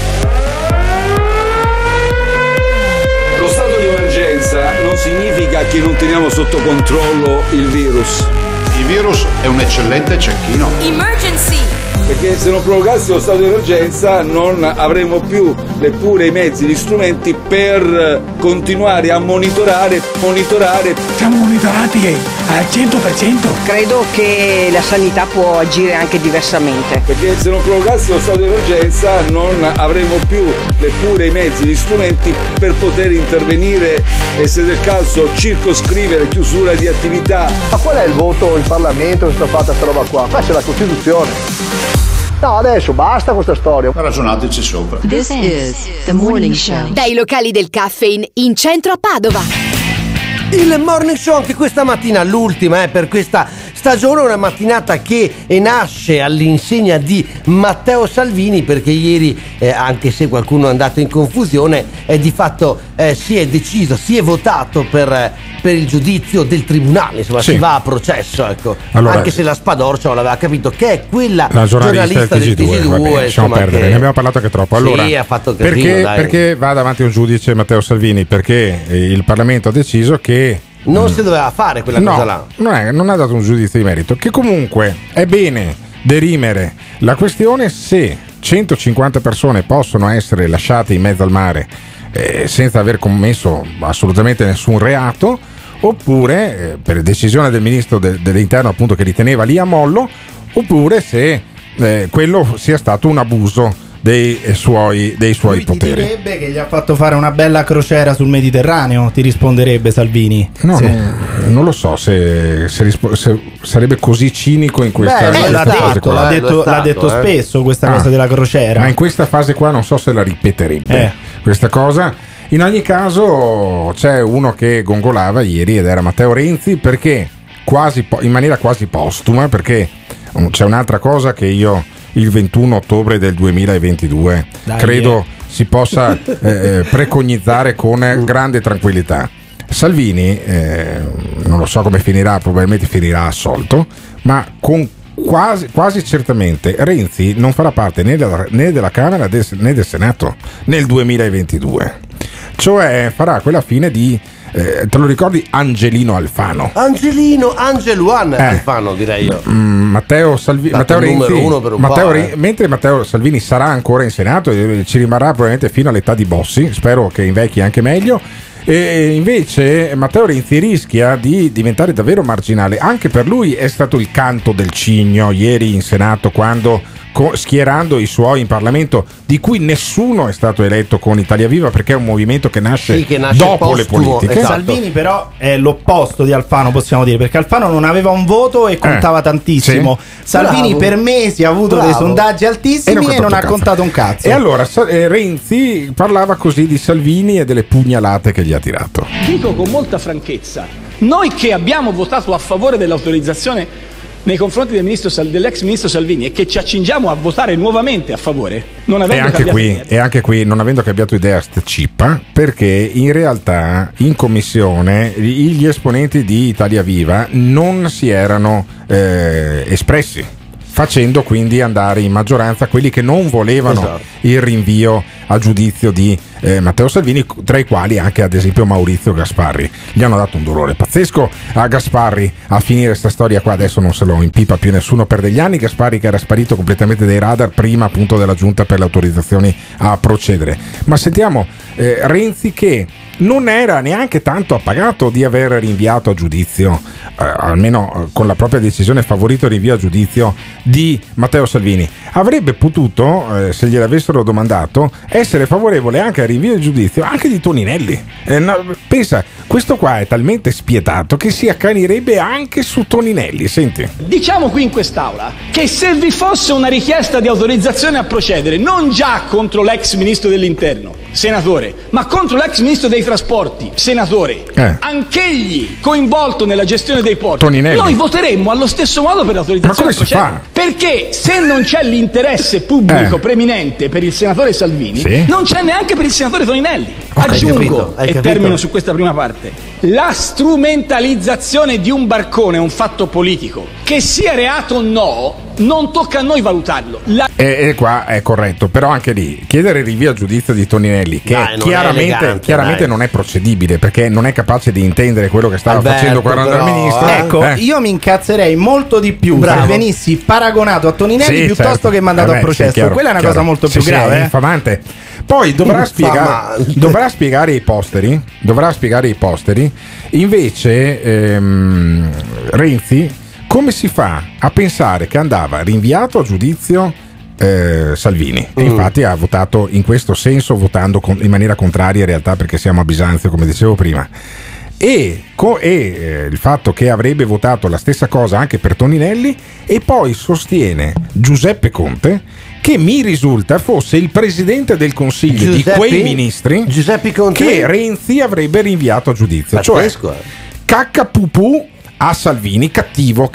Lo stato di emergenza non significa che non teniamo sotto controllo il virus. l'antivirus è un eccellente cecchino. Emergency! Perché se non prorogassi lo stato di emergenza non avremo più neppure i mezzi, gli strumenti per continuare a monitorare. Siamo monitorati al 100%. Credo che la sanità può agire anche diversamente. Perché se non prorogassi lo stato di emergenza non avremo più neppure i mezzi, gli strumenti per poter intervenire e, se del caso, circoscrivere chiusura di attività. Ma qual è il voto in Parlamento che sta fatta sta roba qua? Qua c'è la Costituzione. No, adesso basta questa storia. Ragionateci sopra. This is the morning show. Dai locali del Caffeine in centro a Padova. Il morning show anche questa mattina, l'ultima per questa stagione, una mattinata che nasce all'insegna di Matteo Salvini, perché ieri, anche se qualcuno è andato in confusione, di fatto si è deciso, si è votato per il giudizio del tribunale, insomma si va a processo, ecco. Allora, anche se la Spadorcia non l'aveva capito, che è quella la giornalista del TG2 lasciamo perdere, ne abbiamo parlato anche troppo. Allora, sì, ha fatto casino, perché va davanti a un giudice Matteo Salvini? Perché il Parlamento ha deciso che non si doveva fare quella cosa là. Non ha dato un giudizio di merito. Che comunque è bene derimere la questione se 150 persone possono essere lasciate in mezzo al mare senza aver commesso assolutamente nessun reato, oppure per decisione del ministro dell'interno, appunto, che riteneva lì a mollo, oppure se quello sia stato un abuso dei suoi poteri. Ti direbbe che gli ha fatto fare una bella crociera sul Mediterraneo, ti risponderebbe Salvini? No, non lo so se sarebbe così cinico in questa fase qua. L'ha detto spesso questa cosa della crociera. Ma in questa fase qua non so se la ripeterebbe questa cosa. In ogni caso c'è uno che gongolava ieri ed era Matteo Renzi, perché in maniera quasi postuma, perché c'è un'altra cosa che io il 21 ottobre del 2022 credo si possa preconizzare con grande tranquillità. Salvini non lo so come finirà, probabilmente finirà assolto, ma con quasi certamente Renzi non farà parte né della Camera né del Senato nel 2022, cioè farà quella fine di te lo ricordi Angelino Alfano? Alfano, direi io. Matteo Renzi, mentre Matteo Salvini sarà ancora in Senato e ci rimarrà probabilmente fino all'età di Bossi, spero che invecchi anche meglio, e invece Matteo Renzi rischia di diventare davvero marginale. Anche per lui è stato il canto del cigno ieri in Senato, quando schierando i suoi in Parlamento, di cui nessuno è stato eletto con Italia Viva, perché è un movimento che nasce dopo le politiche. Esatto. Salvini però è l'opposto di Alfano, possiamo dire, perché Alfano non aveva un voto e contava tantissimo. Salvini per mesi ha avuto dei sondaggi altissimi e non ha contato un cazzo. E allora Renzi parlava così di Salvini e delle pugnalate che gli ha tirato. Dico con molta franchezza, noi che abbiamo votato a favore dell'autorizzazione nei confronti dell'ex ministro Salvini e che ci accingiamo a votare nuovamente a favore, non avendo anche qui non avendo cambiato idea sta cippa, perché in realtà in commissione gli esponenti di Italia Viva non si erano espressi, facendo quindi andare in maggioranza quelli che non volevano il rinvio a giudizio di Matteo Salvini, tra i quali anche ad esempio Maurizio Gasparri. Gli hanno dato un dolore pazzesco a Gasparri a finire sta storia qua, adesso non se lo impipa più nessuno per degli anni. Gasparri che era sparito completamente dai radar prima appunto della giunta per le autorizzazioni a procedere. Ma sentiamo Renzi, che non era neanche tanto appagato di aver rinviato a giudizio, almeno con la propria decisione favorito rinvio a giudizio di Matteo Salvini. Avrebbe potuto, se gliel'avessero domandato, essere favorevole anche al rinvio a giudizio anche di Toninelli. Pensa, questo qua è talmente spietato che si accanirebbe anche su Toninelli. Senti. Diciamo qui in quest'aula che se vi fosse una richiesta di autorizzazione a procedere non già contro l'ex ministro dell'interno, senatore, ma contro l'ex ministro dei trasporti, senatore, anch'egli coinvolto nella gestione dei porti, Toninelli, noi voteremmo allo stesso modo per l'autorizzazione a procedere. Perché se non c'è l'interesse pubblico preminente per il senatore Salvini, non c'è neanche per il senatore Toninelli. Aggiungo, e termino su questa prima parte, la strumentalizzazione di un barcone è un fatto politico, che sia reato o no. non tocca a noi valutarlo. E qua è corretto, però anche lì chiedere il rinvio a giudizio di Toninelli, che chiaramente non è procedibile, perché non è capace di intendere quello che stava facendo quando era ministro. Ecco, io mi incazzerei molto di più se venissi paragonato a Toninelli piuttosto che mandato a processo. Quella è una cosa molto più grave. È infamante. Poi dovrà spiegare i posteri. Invece Renzi come si fa a pensare che andava rinviato a giudizio Salvini? E infatti ha votato in questo senso, votando in maniera contraria in realtà, perché siamo a Bisanzio, come dicevo prima. E il fatto che avrebbe votato la stessa cosa anche per Toninelli, e poi sostiene Giuseppe Conte che mi risulta fosse il presidente del Consiglio di quei ministri che Renzi avrebbe rinviato a giudizio. Pazzesco, cioè caccapupù a Salvini, cattivo,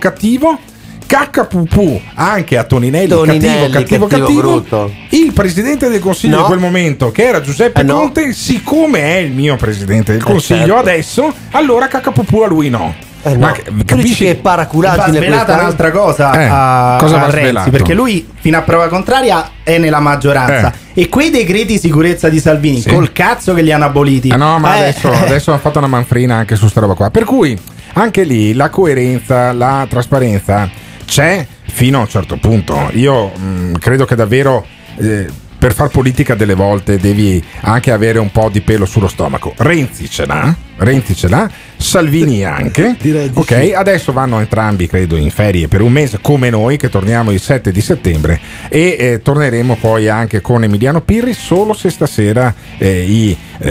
caccapupù anche a Toninelli, cattivo. Il presidente del Consiglio di quel momento, che era Giuseppe Conte, siccome è il mio presidente del Consiglio adesso, allora caccapupù a lui no. Ma capisci che paraculaggine? Va svelata un'altra cosa a Renzi, perché lui fino a prova contraria è nella maggioranza e quei decreti sicurezza di Salvini col cazzo che li hanno aboliti. No, ma adesso hanno fatto una manfrina anche su sta roba qua, per cui anche lì la coerenza, la trasparenza c'è fino a un certo punto. Io credo che davvero per far politica delle volte devi anche avere un po' di pelo sullo stomaco. Renzi ce l'ha, Salvini anche. Ok, adesso vanno entrambi credo in ferie per un mese come noi, che torniamo il 7 di settembre e torneremo poi anche con Emiliano Pirri, solo se stasera i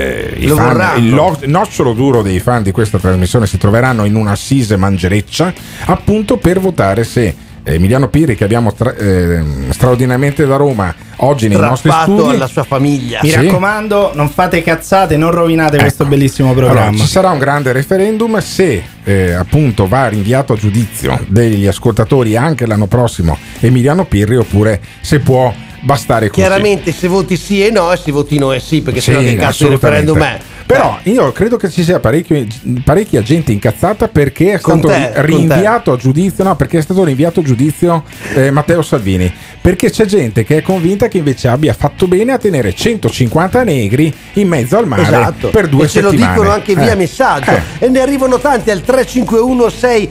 fan, il nocciolo duro dei fan di questa trasmissione si troveranno in un'assise mangereccia appunto per votare se Emiliano Pirri, che abbiamo straordinariamente da Roma oggi nei nostri studi, alla sua famiglia. Mi raccomando, non fate cazzate, non rovinate questo bellissimo programma. Allora, ci sarà un grande referendum se appunto va rinviato a giudizio degli ascoltatori anche l'anno prossimo Emiliano Pirri, oppure se può bastare così. Chiaramente se voti sì e no, si voti no e sì, perché sennò che cazzo di referendum è? Però io credo che ci sia parecchia gente incazzata perché è stato rinviato a giudizio, perché è stato rinviato a giudizio Matteo Salvini, perché c'è gente che è convinta che invece abbia fatto bene a tenere 150 negri in mezzo al mare per 2 settimane. E ce lo dicono anche via messaggio e ne arrivano tanti al 351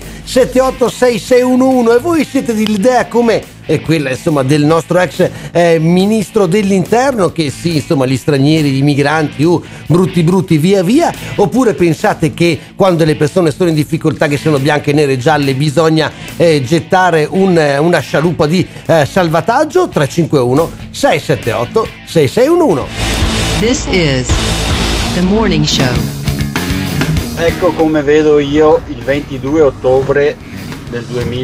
678 6611 e voi siete dell'idea come è quella insomma del nostro ex ministro dell'interno, che sì, insomma, gli stranieri, gli migranti brutti via via, oppure pensate che quando le persone sono in difficoltà, che siano bianche, nere, gialle, bisogna gettare una scialuppa di salvataggio? 351 678 6611. This is the morning show. Ecco come vedo io il 22 ottobre del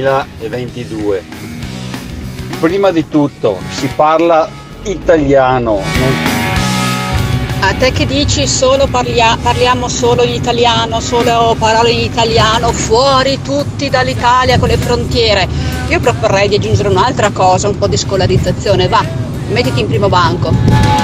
2022. Prima di tutto si parla italiano. A te che dici solo parliamo solo in italiano, solo parole in italiano, fuori tutti dall'Italia con le frontiere. Io proporrei di aggiungere un'altra cosa, un po' di scolarizzazione, va, mettiti in primo banco.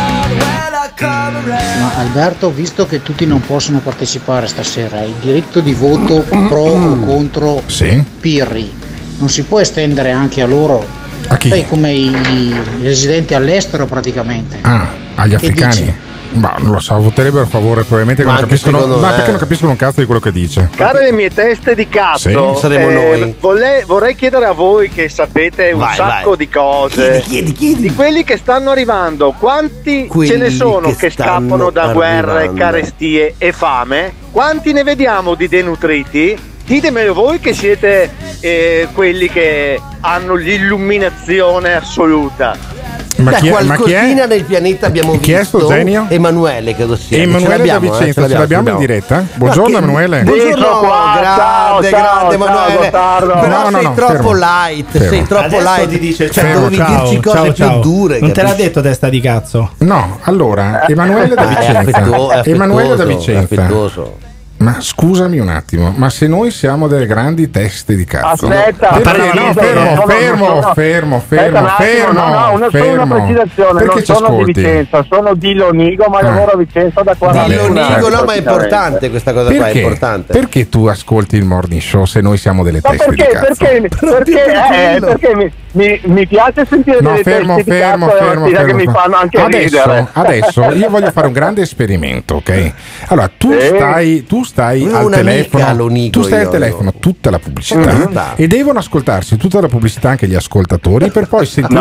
Ma Alberto, visto che tutti non possono partecipare stasera, il diritto di voto pro o contro Pirri non si può estendere anche a loro? A chi? Sai, come i residenti all'estero praticamente. Agli africani. Ma non lo so, voterebbero a favore probabilmente, che non capiscono, perché non capiscono un cazzo di quello che dice. Care le mie teste di cazzo, saremo noi. Vorrei chiedere a voi che sapete un sacco di cose. Chiedi. Di quelli che stanno arrivando, quanti ce ne sono che scappano da guerre, carestie e fame? Quanti ne vediamo di denutriti? Ditemelo voi che siete quelli che hanno l'illuminazione assoluta. Qualcosina nel pianeta abbiamo visto. Chi è sto genio? Emanuele, credo sia. Emanuele da Vicenza, ce l'abbiamo in diretta? Buongiorno Emanuele. Buongiorno, grande Emanuele. Però sei troppo light, sei troppo light. Ti dice dovevi dirci cose più dure. Non te l'ha detto testa di cazzo? No, allora, Emanuele da Vicenza. Emanuele da Vicenza. Ma scusami un attimo, ma se noi siamo delle grandi teste di cazzo. Aspetta, fermo. No, una precisazione, non sono di Vicenza, sono di Lonigo, ma lavoro a Vicenza da 40 anni. Di Lonigo, no, ma è importante questa cosa qua, è importante. Perché tu ascolti il Morning Show se noi siamo delle teste di cazzo? Perché mi piace sentire delle teste di cazzo che mi fanno anche ridere. Adesso io voglio fare un grande esperimento, ok? Allora, tu stai al telefono tutta la pubblicità e devono ascoltarsi tutta la pubblicità anche gli ascoltatori per poi sentire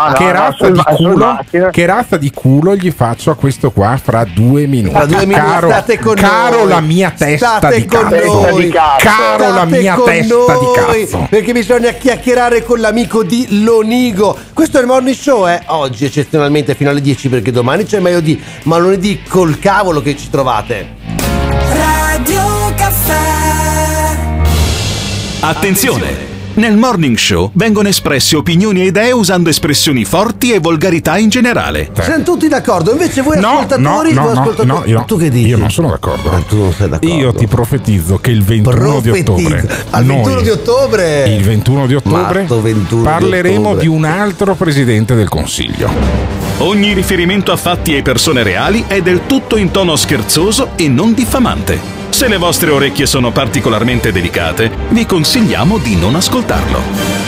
che razza di culo gli faccio a questo qua fra 2 minuti. Caro la mia testa di cazzo. Caro la mia testa di cazzo. Perché bisogna chiacchierare con l'amico di Lonigo. Questo è il Morning Show, oggi eccezionalmente fino alle 10 perché domani c'è meglio di, ma lunedì col cavolo che ci trovate. Radio Caffè. Attenzione! Nel Morning Show vengono espresse opinioni e idee usando espressioni forti e volgarità in generale. Siamo tutti d'accordo, invece voi ascoltatori... tu che dici? Io non sono d'accordo. Tu non sei d'accordo. Io ti profetizzo che il 21 di ottobre... Il 21 di ottobre parleremo di un altro Presidente del Consiglio. Ogni riferimento a fatti e persone reali è del tutto in tono scherzoso e non diffamante. Se le vostre orecchie sono particolarmente delicate, vi consigliamo di non ascoltarlo.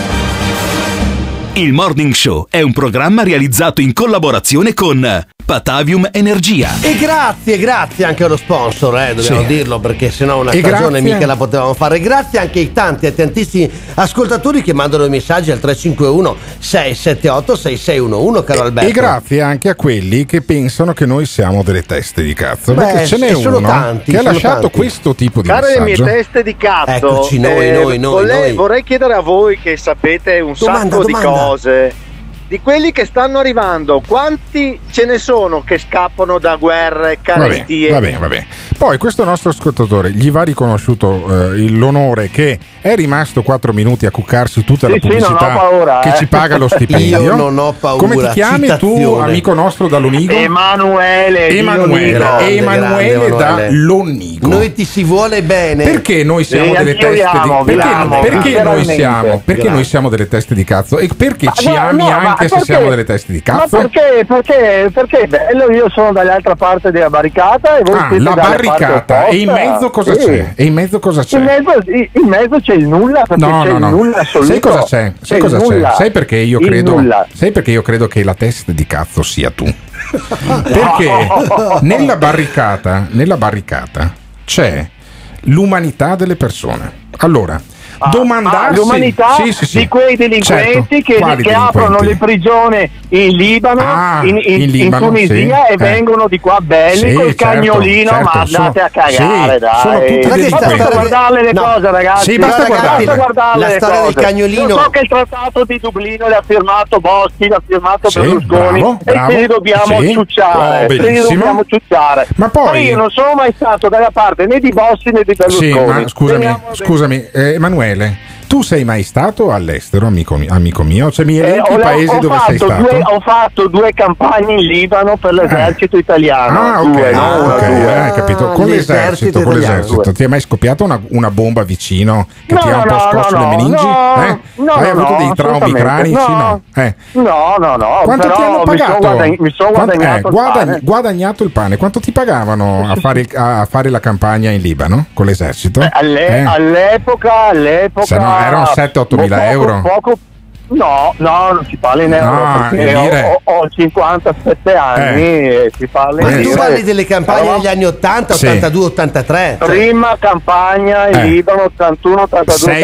Il Morning Show è un programma realizzato in collaborazione con Patavium Energia. E grazie anche allo sponsor, dobbiamo dirlo, perché sennò una stagione mica la potevamo fare. Grazie anche ai tantissimi ascoltatori che mandano i messaggi al 351 678 6611, caro Alberto. E grazie anche a quelli che pensano che noi siamo delle teste di cazzo. Perché ce n'è uno che ha lasciato questo tipo di messaggio. Care le mie teste di cazzo, eccoci noi. Vorrei chiedere a voi che sapete un sacco di cose. Di quelli che stanno arrivando, quanti ce ne sono che scappano da guerre, carestie? Va bene. Poi questo nostro ascoltatore gli va riconosciuto l'onore che è rimasto 4 minuti a cuccarsi tutta la pubblicità che ci paga lo stipendio. Io non ho paura. Come ti chiami tu, amico nostro da Lonigo? Emanuele da Lonigo. Noi ti si vuole bene. Perché noi siamo delle teste di perché noi siamo delle teste di cazzo? E perché ci ami anche se siamo delle teste di cazzo? Ma perché bello, io sono dall'altra parte della barricata e voi siete la barricata. E in mezzo cosa c'è? In mezzo c'è il nulla, perché c'è il nulla assoluto. Sai cosa c'è? Sai perché io credo che la testa di cazzo sia tu? Perché nella barricata c'è l'umanità delle persone. Allora, domandarsi l'umanità di quei delinquenti che aprono le prigioni in Libano, in Tunisia e vengono di qua belli col cagnolino, ma andate a cagare, dai. Basta guardarle le cose, ragazzi. Basta guardare la storia del cagnolino. Io so che il trattato di Dublino l'ha firmato Boschi, l'ha firmato Berlusconi, e se li dobbiamo ciucciare. Ma poi io non sono mai stato dalla parte né di Bossi né di Berlusconi. Scusami, Emanuele, tu sei mai stato all'estero, amico mio? Cioè, mi elenchi i paesi dove sei stato? Ho fatto 2 campagne in Libano per l'esercito italiano. Hai capito. Con l'esercito ti è mai scoppiata una bomba vicino che ti ha un po' scosso le meningi? Hai avuto dei traumi cranici? No. Quanto ti hanno pagato? Mi sono guadagnato il pane. Quanto ti pagavano a fare la campagna in Libano con l'esercito? All'epoca erano 7-8 mila euro. No, non si parla in euro, perché ho 57 anni e si parla in euro. Ma tu parli delle campagne negli anni 80, 82, 83? Prima campagna in Libano 81, 82,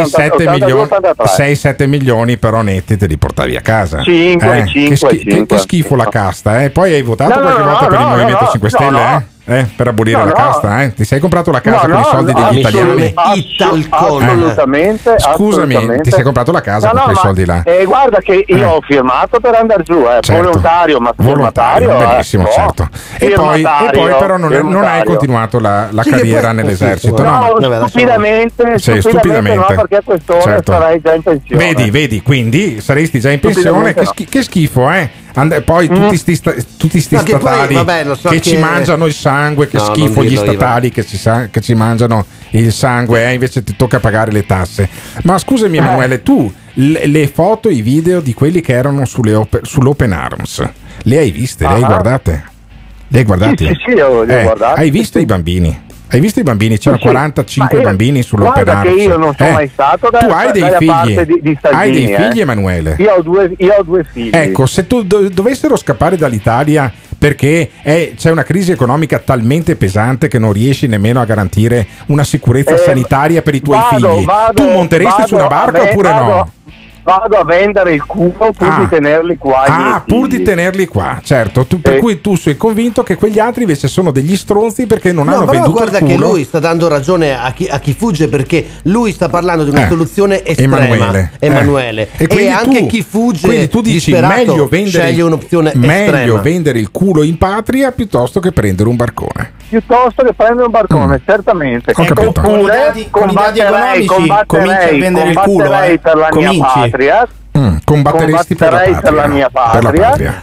6-7 milioni però netti te li portavi a casa. 5. Che schifo la casta, Poi hai votato qualche volta per il Movimento 5 Stelle, per abolire la casta, Ti sei comprato la casa con i soldi degli italiani? Assolutamente. Scusami, ti sei comprato la casa con quei soldi là? Guarda che io ho firmato per andare giù, volontario, ma firmatario. Benissimo, certo. E poi però non hai continuato la carriera nell'esercito. No, stupidamente no, perché a quest'ora sarei già in pensione. Vedi, quindi saresti già in pensione. Che schifo, poi tutti sti statali che ci mangiano il sangue, che schifo gli statali che ci mangiano il sangue, invece ti tocca pagare le tasse. Ma scusami Emanuele, tu le foto, i video di quelli che erano sull'Open Arms le hai viste? Le hai guardate? Li hai guardati? Sì, io li ho guardati. Hai visto i bambini? Hai visto i bambini? C'erano 45 bambini sull'Open Arms. Che io non sono mai stato tu hai dei figli? Di Salvini, hai dei figli, Emanuele? Io ho due figli. Ecco, se tu dovessero scappare dall'Italia perché c'è una crisi economica talmente pesante che non riesci nemmeno a garantire una sicurezza sanitaria per i tuoi figli, tu monteresti su una barca oppure no? Vado a vendere il culo pur di tenerli qua. Pur di tenerli qua, certo. Per cui tu sei convinto che quegli altri invece sono degli stronzi perché non hanno venduto il culo. Guarda che lui sta dando ragione a chi fugge, perché lui sta parlando di una soluzione estrema, Emanuele. E anche chi fugge, quindi tu dici meglio sceglie un'opzione estrema. Vendere il culo in patria piuttosto che prendere un barcone. Piuttosto che prendere un barcone, certamente. Oppure con i dati economici cominci a vendere il culo per la mia patria. Combatteresti per la mia patria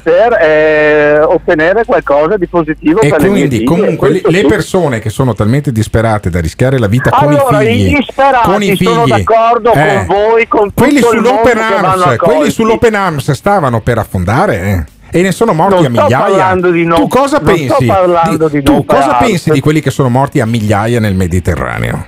per ottenere qualcosa di positivo e per quindi le comunque le persone che sono talmente disperate da rischiare la vita con i figli, sono d'accordo con voi, con quelli tutto il mondo quelli sull'Open Arms stavano per affondare e ne sono morti a migliaia. Tu cosa pensi? Tu cosa pensi di quelli che sono morti a migliaia nel Mediterraneo?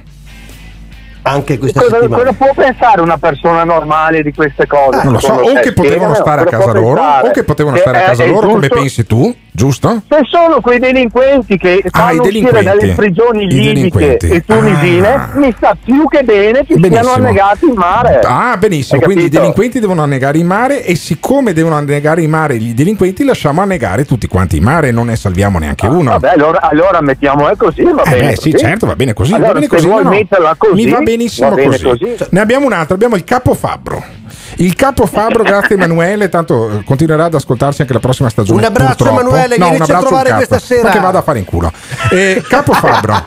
Anche questa cosa può pensare una persona normale di queste cose? Non lo so, o che potevano stare a casa loro, o che potevano stare a casa loro, come pensi tu, giusto? Se sono quei delinquenti che fanno uscire dalle prigioni libiche e tunisine, mi sta più che bene che siano annegati in mare. Benissimo, quindi i delinquenti devono annegare in mare, e siccome devono annegare in mare i delinquenti, lasciamo annegare tutti quanti in mare e non ne salviamo neanche uno. Vabbè, allora mettiamo così, va bene. Sì, certo, va bene così. Allora, va bene così, metterla così, mi va benissimo così. Ne abbiamo un altro, abbiamo il Capo Fabbro. Il Capo Fabbro, grazie Emanuele, tanto continuerà ad ascoltarci anche la prossima stagione. Un abbraccio Emanuele, vieni a trovare questa sera. Ma che vada a fare in culo. Capo Fabbro,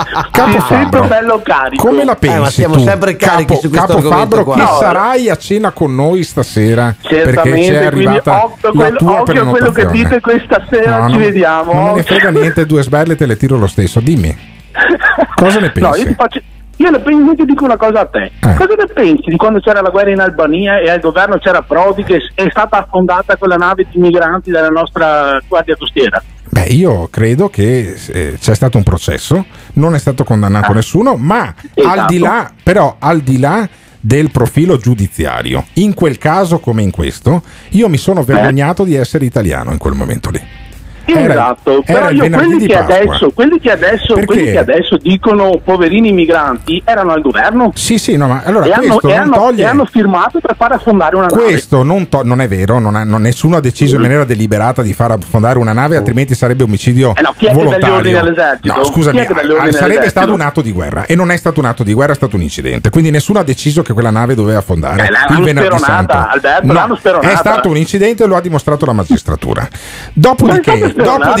sempre bello carico. Come la pensi? Ma siamo sempre carichi su questo Capo Fabbro, qua. Chi sarai a cena con noi stasera? Certamente, perché c'è arrivata la tua occhio a quello che dite questa sera, ci vediamo. Non me ne frega niente, 2 sberle te le tiro lo stesso. Dimmi, cosa ne pensi? Io ti dico una cosa a te. Cosa ne pensi di quando c'era la guerra in Albania e al governo c'era Prodi, che è stata affondata quella nave di migranti dalla nostra guardia costiera? Beh, io credo che c'è stato un processo, non è stato condannato nessuno, ma esatto. al di là del profilo giudiziario, in quel caso come in questo, io mi sono vergognato di essere italiano in quel momento lì. Esatto, però quelli che adesso dicono poverini migranti erano al governo. Sì, no, ma allora e hanno firmato per far affondare una nave. Questo non è vero, nessuno ha deciso in maniera deliberata di far affondare una nave, altrimenti sarebbe omicidio volontario. No, scusami, sarebbe stato un atto di guerra, e non è stato un atto di guerra, è stato un incidente. Quindi nessuno ha deciso che quella nave doveva affondare il venerdì santo. Alberto, è stato un incidente e lo ha dimostrato la magistratura. Dopodiché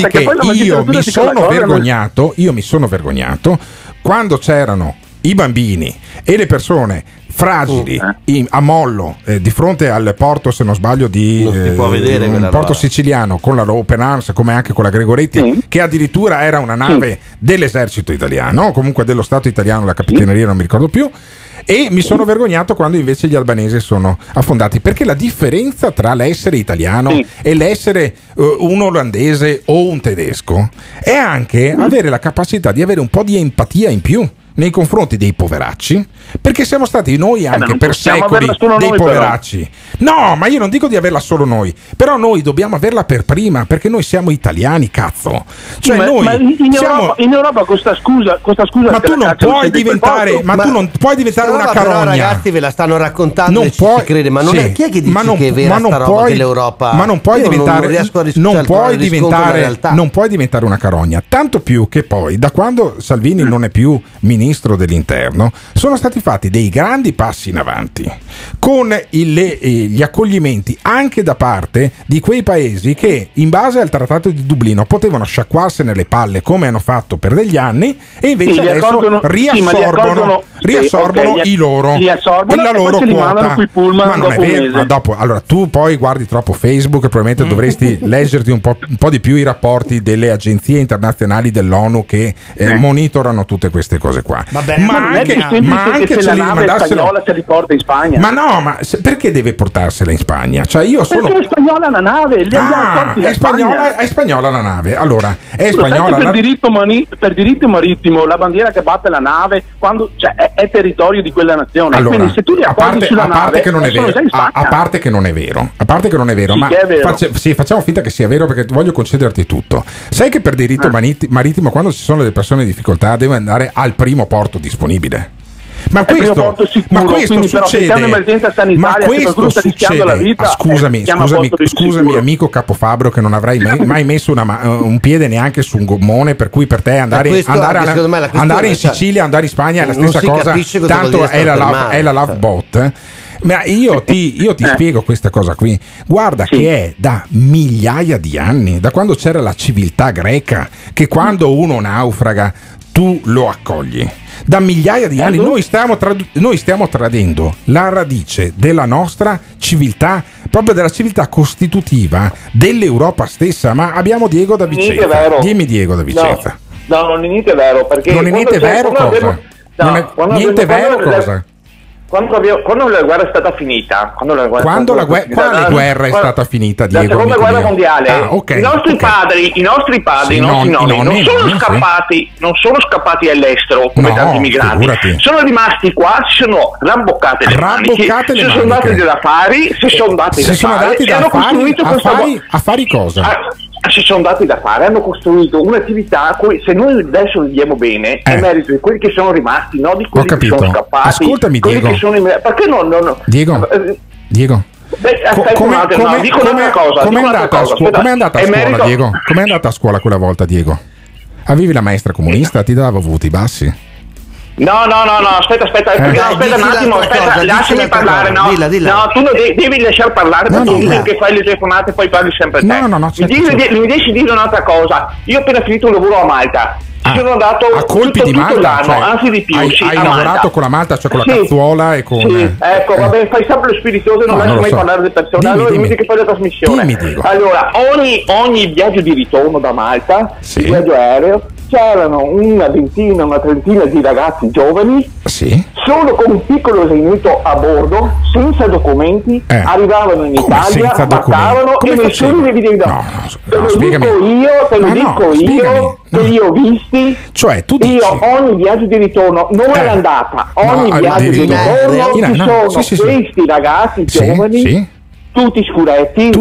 io mi sono vergognato quando c'erano i bambini e le persone fragili a mollo di fronte al porto, se non sbaglio, di un porto siciliano, con la Open Arms, come anche con la Gregoretti, che addirittura era una nave dell'esercito italiano, comunque dello Stato italiano, la capitaneria non mi ricordo più. E mi sono vergognato quando invece gli albanesi sono affondati, perché la differenza tra l'essere italiano e l'essere un olandese o un tedesco è anche avere la capacità di avere un po' di empatia in più nei confronti dei poveracci, perché siamo stati noi anche per secoli dei poveracci. No, ma io non dico di averla solo noi, però noi dobbiamo averla per prima, perché noi siamo italiani, cazzo. Cioè ma in Europa questa scusa ma tu non puoi diventare una carogna. Ragazzi, ve la stanno raccontando, non puoi, ci crede, ma non è chi è che dice che è vera sta roba che l'Europa, ma non puoi diventare non puoi diventare una carogna, tanto più che poi da quando Salvini non è più ministro dell'interno sono stati fatti dei grandi passi in avanti con gli accoglimenti anche da parte di quei paesi che in base al Trattato di Dublino potevano sciacquarsene le palle come hanno fatto per degli anni, e invece adesso riassorbono riassorbono i loro la loro quota. Ma non è vero, ma dopo, allora tu poi guardi troppo Facebook e probabilmente dovresti leggerti un po' di più i rapporti delle agenzie internazionali dell'ONU che monitorano tutte queste cose qua. Ma anche se la nave spagnola se li porta in Spagna. Ma no, ma perché deve portarsela in Spagna? Cioè io sono perché è spagnola la nave, è spagnola la nave. Allora, è spagnola per diritto marittimo la bandiera che batte la nave quando è territorio di quella nazione. Allora, quindi se tu li apporti sulla nave, che non è vero, a parte che non è vero, ma facciamo finta che sia vero perché voglio concederti tutto. Sai che per diritto marittimo quando ci sono delle persone in difficoltà deve andare al primo porto disponibile. Ma questo succede. Ma questo succede. La vita, scusami, amico Capofabbro, che non avrai mai messo un piede neanche su un gommone, per cui per te andare in Sicilia, andare in Spagna è la stessa cosa. Tanto è la Love Boat. Ma io ti spiego questa cosa qui. Guarda che è da migliaia di anni, da quando c'era la civiltà greca, che quando uno naufraga tu lo accogli. Da migliaia di anni noi stiamo tradendo la radice della nostra civiltà, proprio della civiltà costitutiva dell'Europa stessa. Ma abbiamo Diego da Vicenza. Dimmi Diego da Vicenza. No, non è niente vero, perché non è niente vero cosa? Niente vero cosa? Quando la guerra è stata finita, quale guerra è stata finita, Diego? La seconda guerra mondiale. I nostri padri, i nostri nonni non sono scappati all'estero come tanti migranti. Sono rimasti qua, si sono ramboccate le maniche, si sono dati da affari, affari cosa? Si sono dati da fare, hanno costruito un'attività cui, se noi adesso vediamo bene, è merito di quelli che sono rimasti, non di quelli che sono scappati. Ascoltami, Diego. Perché no? Diego. Com'è andata a scuola, Diego? Com'è andata a scuola quella volta, Diego? Avevi la maestra comunista, ti dava voti bassi? No, aspetta un attimo, lasciami parlare, no, tu devi lasciar parlare perché fai le telefonate e poi parli sempre te. Mi devi dire un'altra cosa, io ho appena finito un lavoro a Malta, ci sono andato a colpi di Malta, l'anno, anzi di più. Hai lavorato con la Malta, cioè con la cazzuola e con... Sì, ecco, vabbè, fai sempre lo spiritoso e non lasci mai parlare delle persone. Allora mi dici che fai la trasmissione. Allora, ogni viaggio di ritorno da Malta, il viaggio aereo, c'erano una trentina di ragazzi giovani, solo con un piccolo zainetto a bordo, senza documenti, arrivavano in Italia, mancavano e nessuno li vedeva. Te lo dico io, che li ho visti. Cioè, tu dici... Io ogni viaggio di ritorno, non è l'andata, ogni viaggio di ritorno ci sono questi ragazzi giovani. Tutti scuretti,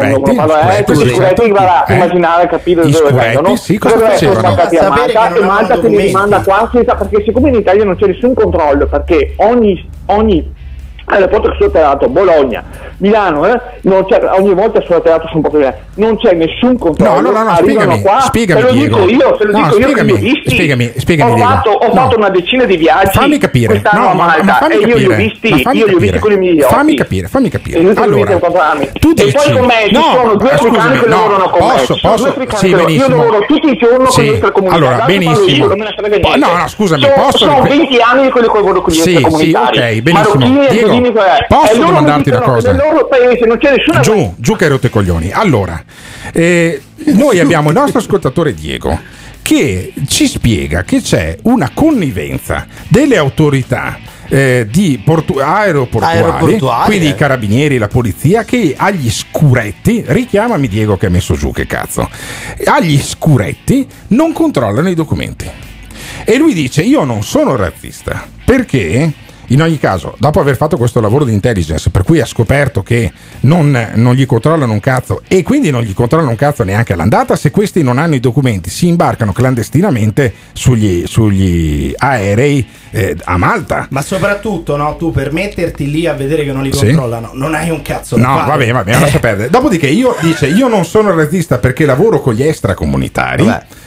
immaginare, capire dove vengono. Sono sbaccati a Malta e Malta te li rimanda qua perché siccome in Italia non c'è nessun controllo, perché ogni aeroporto che sono atterrato, Bologna, Milano, ogni volta sono atterrato su un po' non c'è nessun controllo. No, spiegami, Diego. Spiegami, ho fatto una decina di viaggi. Fammi capire. A Malta e io li ho visti con i miei occhi. Fammi capire. Allora, tu dici... E poi con me ci sono due africani che lavorano con me. Io lavoro tutti i giorni con le nostre comunità. Allora, benissimo. No, scusami, posso... Sono 20 anni che lavoro con gli altri comunitari. Ok, benissimo. Posso domandarti una cosa? Nel loro paese non c'è nessuna... Giù che hai rotto i coglioni. Allora, noi abbiamo il nostro ascoltatore Diego che ci spiega che c'è una connivenza delle autorità aeroportuali, quindi i carabinieri, la polizia, che agli scuretti, richiamami Diego che ha messo giù, che cazzo, agli scuretti non controllano i documenti. E lui dice: io non sono razzista, perché in ogni caso, dopo aver fatto questo lavoro di intelligence, per cui ha scoperto che non gli controllano un cazzo, e quindi non gli controllano un cazzo neanche all'andata, se questi non hanno i documenti si imbarcano clandestinamente sugli aerei a Malta. Ma soprattutto, no, tu per metterti lì a vedere che non li controllano non hai un cazzo da fare. Vabbè, lascia perdere. Dopodiché io non sono razzista perché lavoro con gli extracomunitari.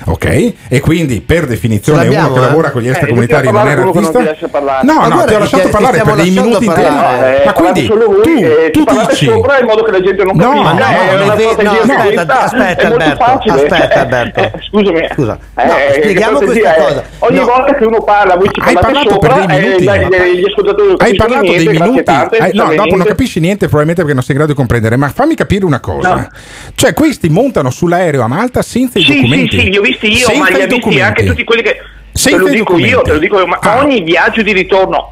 ok? E quindi per definizione uno che lavora con gli extracomunitari non era artista. No, ti ho lasciato parlare per dei minuti interi. Ma quindi tu dici sopra in modo che la gente non capisca. Aspetta Alberto. Scusami. Scusa. Spieghiamo questa cosa. Ogni volta che uno parla, voi ci parlate sopra gli ascoltatori hai parlato dei minuti. No, dopo non capisci niente, probabilmente perché non sei in grado di comprendere. Ma fammi capire una cosa. Cioè, questi montano sull'aereo a Malta senza i documenti. Sì, li ho visti io, ma li ho visti anche tutti quelli che... Te lo dico io, ma ogni viaggio di ritorno,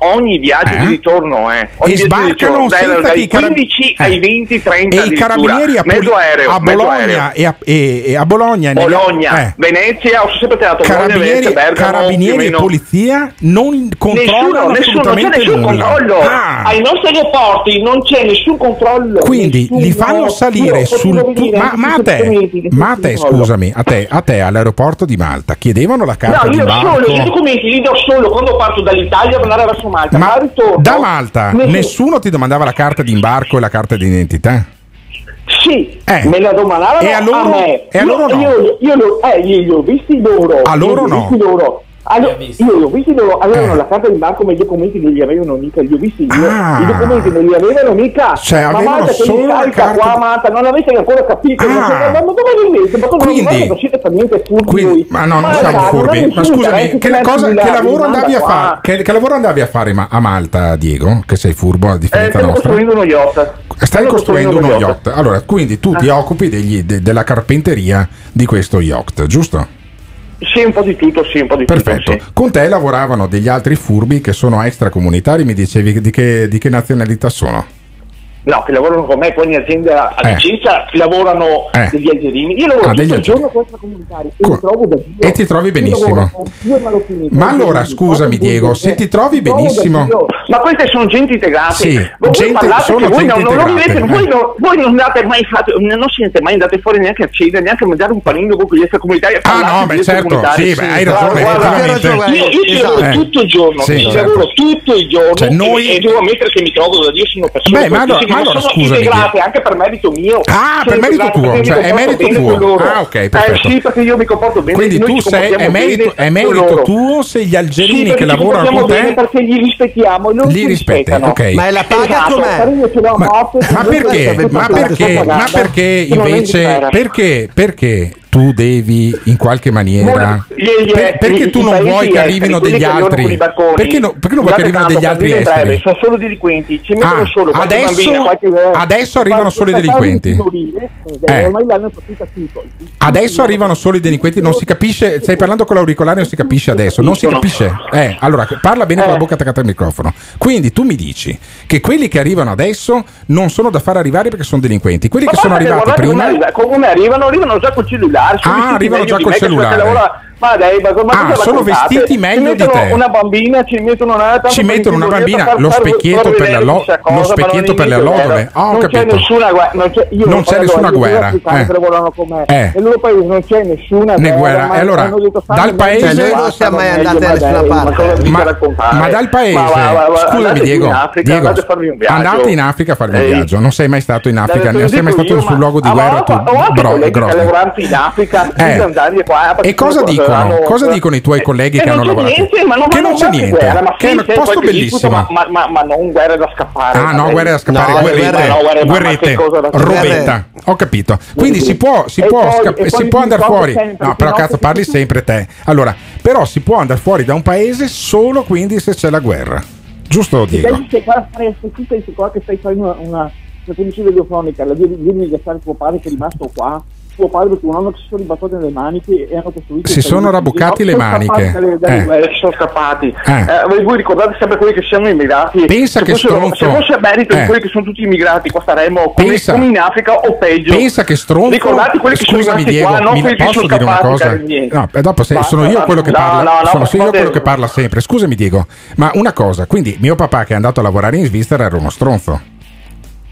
e sbarcano dai 15 ai 20, 30 e i carabinieri a Bologna e a Bologna, Venezia, ho sempre tirato carabinieri e polizia non controllano assolutamente nessun controllo. Ai nostri aeroporti non c'è nessun controllo. Quindi li fanno salire ma a te scusami, a te all'aeroporto di Malta chiedevano la carta di imbarco? I documenti li do solo quando parto dall'Italia per andare verso Malta. Ma da Malta nessuno ti domandava la carta di imbarco e la carta di identità? Sì, me la domandavano a me. E allora no? Io li ho visti loro. A loro no? Allora, io li ho visti loro, avevano la carta di banco, ma i documenti non li avevano mica, li ho visti io. I documenti non li avevano mica. Cioè, ma avevano Malta solo la carta qua a Malta, non avete ancora capito. Ma dove venite? Ma quindi, non siete per niente furbi. Ma no, non siamo furbi. Ma scusami, che lavoro andavi a fare? Che lavoro andavi a fare a Malta, Diego? Che sei furbo a differenza nostra? Stai costruendo uno yacht. Stai costruendo uno yacht. Allora, quindi tu ti occupi della carpenteria di questo yacht, giusto? Sì, un po' di tutto, Perfetto. Sì. Con te lavoravano degli altri furbi che sono extracomunitari, mi dicevi di che nazionalità sono? No, che lavorano con me poi in azienda a Vicenza, lavorano degli algerini. Io lavoro tutto il giorno con extracomunitari e mi trovo da Dio. E ti trovi benissimo. Ma allora, scusami Diego, se ti trovi benissimo... Ma queste sono gente integrate. Sì, voi non andate mai non siete mai andate fuori neanche a cena, neanche a mangiare un panino con gli extracomunitari. No, beh certo, sì, hai ragione. Io ci lavoro tutto il giorno, Cioè, e devo ammettere che mi trovo da Dio, sono persone ma allora scusami, integrate anche per merito mio. Per merito tuo, cioè è merito tuo. Ok, perfetto. Sì, perché io mi comporto bene. Quindi tu sei è merito tuo se gli algerini che lavorano con te, perché li rispettiamo, non li rispetti, ok. Ma è la paga com'è? Ma perché invece perché tu devi in qualche maniera perché tu non vuoi che arrivino degli altri? Perché non vuoi che arrivino degli altri esteri? Sono solo delinquenti, ci mettono solo adesso arrivano solo i delinquenti. Adesso arrivano solo i delinquenti, non si capisce, stai parlando con l'auricolare, non si capisce adesso, non si capisce. Allora parla bene con la bocca attaccata al microfono. Quindi tu mi dici che quelli che arrivano adesso non sono da far arrivare perché sono delinquenti, quelli che sono arrivati prima come arrivano già col cellulare. Arrivano già col cellulare. Sono vestiti meglio di te. Una bambina ci mettono una bambina, lo specchietto per le allodole. Non c'è nessuna guerra. Nel loro paese non c'è nessuna guerra. E allora dal paese non siamo mai andati da nessuna parte. Ma dal paese, scusami Diego, andate in Africa a farvi un viaggio. Non sei mai stato in Africa, non sei mai stato sul luogo di guerra tu, lavoranti in Africa, e cosa dicono? Cosa dicono i tuoi colleghi che hanno lavorato? Che non c'è niente, che è un posto bellissimo. Ma non guerre da scappare. No, guerre da scappare, guerrette, robetta. Ho capito. Quindi si può andare fuori. No, però cazzo, parli sempre te. Allora, però si può andare fuori da un paese solo quindi se c'è la guerra. Giusto, Diego? Se tu sei qua che stai facendo una trasmissione radiofonica, la devi lasciare tuo padre che è rimasto qua. Tuo padre e tuo nonno che si sono ribattuti le maniche e hanno costruito. Si sono rabbuccati le maniche. Sono scappati. Voi ricordate sempre quelli che siamo immigrati. Pensa che stronzo. Se fosse a merito di quelli che sono tutti immigrati, qua staremmo come in Africa o peggio. Pensa che stronzo. Ricordate quelli che sono rimasti Diego, qua, non quelli che sono dire una cosa? No, dopo sono io quello che parla. Sono io quello che parla sempre. Scusami Diego, ma una cosa, quindi mio papà che è andato a lavorare in Svizzera era uno stronzo.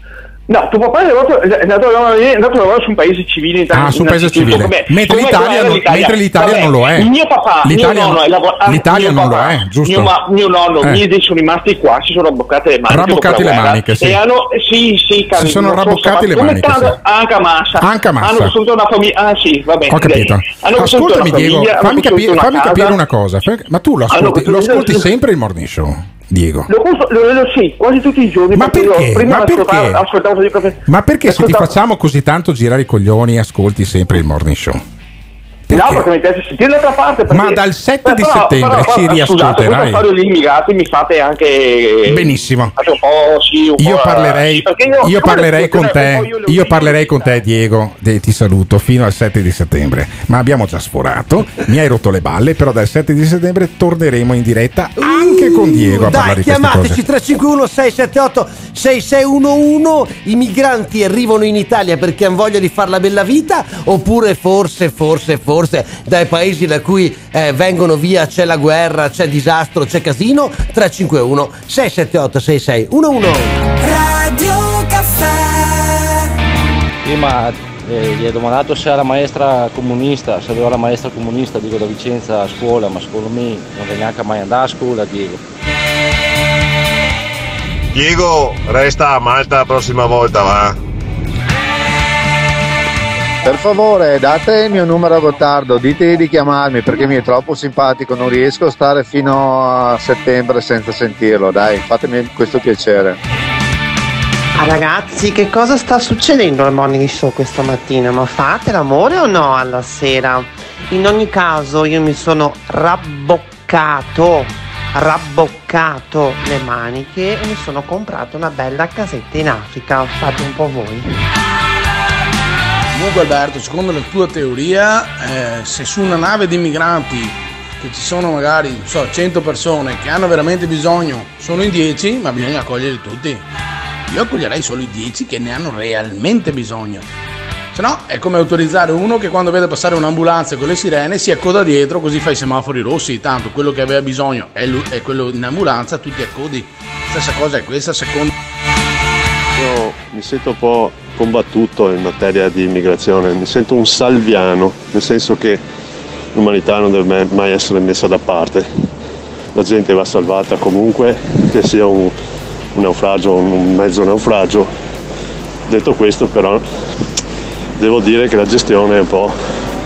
No, tuo papà è andato a lavorare su un paese civile. Su un paese civile. Vabbè, mentre l'Italia non lo è. Il mio papà, l'Italia non lo è, giusto? Mio nonno, i miei sono rimasti qua, si sono rabboccate le maniche. Rabboccate le maniche, sì. E hanno, sì, si sono rabboccate le maniche. Anche a Massa. Hanno costruito una famiglia. Ah, sì, va bene. Ho capito. Ascoltami, Diego, fammi capire una cosa. Ma tu lo ascolti sempre il Morning Show? Diego. Sì, quasi tutti i giorni. Ma perché? Ma perché se ti ascoltavo... facciamo così tanto girare i coglioni ascolti sempre il Morning Show? No, perché mi piace sentire l'altra parte. Ma dal 7 di settembre ci riascolterai. Scusate, voi gli immigrati mi fate anche benissimo. Io parlerei con te, Diego. Ti saluto fino al 7 di settembre. Ma abbiamo già sforato. Mi hai rotto le balle. Però dal 7 di settembre torneremo in diretta anche con Diego a parlare di queste cose. Chiamateci 351 678 6611. I migranti arrivano in Italia perché hanno voglia di fare la bella vita, oppure forse dai paesi da cui vengono via c'è la guerra, c'è disastro, c'è casino. 351 678 6611. Radio Caffè. Prima gli hai domandato se era maestra comunista, se aveva la maestra comunista, dico, da Vicenza a scuola, ma secondo me non è neanche mai andare a scuola, Diego. Diego, resta a Malta la prossima volta, va? Per favore, date il mio numero a Gottardo, ditegli di chiamarmi perché mi è troppo simpatico, non riesco a stare fino a settembre senza sentirlo, dai, fatemi questo piacere. Ragazzi, che cosa sta succedendo al Morning Show questa mattina? Ma fate l'amore o no alla sera? In ogni caso io mi sono rabboccato le maniche e mi sono comprato una bella casetta in Africa. Fate un po' voi. Comunque Alberto, secondo la tua teoria, se su una nave di migranti che ci sono magari 100 persone che hanno veramente bisogno, sono in 10, ma bisogna accogliere tutti. Io accoglierei solo i 10 che ne hanno realmente bisogno. Se no è come autorizzare uno che quando vede passare un'ambulanza con le sirene si accoda dietro, così fa i semafori rossi, tanto quello che aveva bisogno è quello in ambulanza, tu ti accodi. Stessa cosa è questa, secondo. Io mi sento un po' combattuto in materia di immigrazione, mi sento un salviano, nel senso che l'umanità non deve mai essere messa da parte, la gente va salvata comunque, che sia un naufragio o un mezzo naufragio. Detto questo, però, devo dire che la gestione è un po'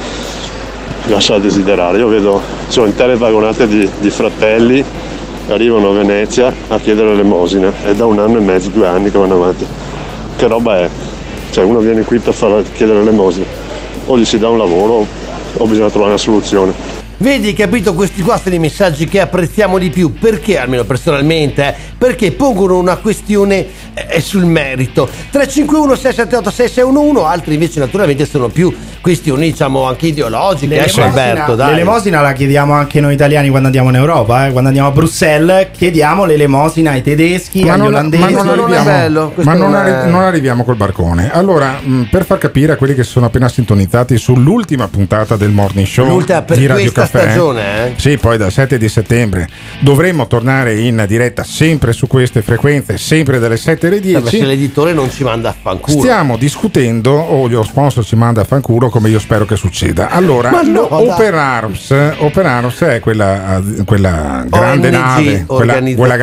lascia a desiderare. Io vedo intere vagonate di fratelli che arrivano a Venezia a chiedere l'elemosina, è da 1 anno e mezzo, 2 anni che vanno avanti. Che roba è? Cioè, uno viene qui per chiedere l'elemosina, o gli si dà un lavoro o bisogna trovare una soluzione. Vedi, capito, questi qua sono i messaggi che apprezziamo di più. Perché, almeno personalmente, perché pongono una questione sul merito. 351 678 6611. Altri invece naturalmente sono più questioni, diciamo, anche ideologiche. Alberto, dai. L'elemosina la chiediamo anche noi italiani quando andiamo in Europa, quando andiamo a Bruxelles chiediamo l'elemosina ai tedeschi, agli olandesi. Ma non arriviamo col barcone. Allora, per far capire a quelli che sono appena sintonizzati sull'ultima puntata del Morning Show di Radio Caffè, stagione, sì, poi dal 7 di settembre dovremmo tornare in diretta sempre su queste frequenze, sempre dalle 7 alle 10. Se l'editore non ci manda a fanculo. Stiamo discutendo, o lo sponsor ci manda a fanculo, come io spero che succeda. Allora, Open Arms è quella grande nave, quella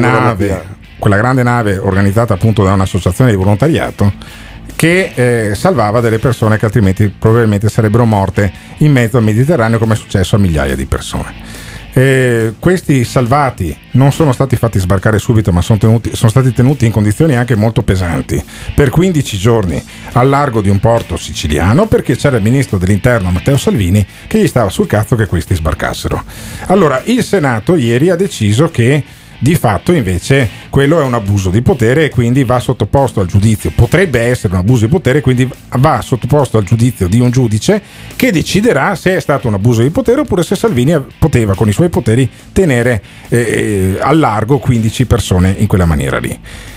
grande nave organizzata appunto da un'associazione di volontariato che salvava delle persone che altrimenti probabilmente sarebbero morte in mezzo al Mediterraneo, come è successo a migliaia di persone. Questi salvati non sono stati fatti sbarcare subito, ma sono stati tenuti in condizioni anche molto pesanti per 15 giorni al largo di un porto siciliano, perché c'era il ministro dell'interno Matteo Salvini che gli stava sul cazzo che questi sbarcassero. Allora il Senato ieri ha deciso che di fatto invece quello è un abuso di potere e quindi va sottoposto al giudizio, potrebbe essere un abuso di potere, quindi va sottoposto al giudizio di un giudice che deciderà se è stato un abuso di potere oppure se Salvini poteva con i suoi poteri tenere al largo 15 persone in quella maniera lì.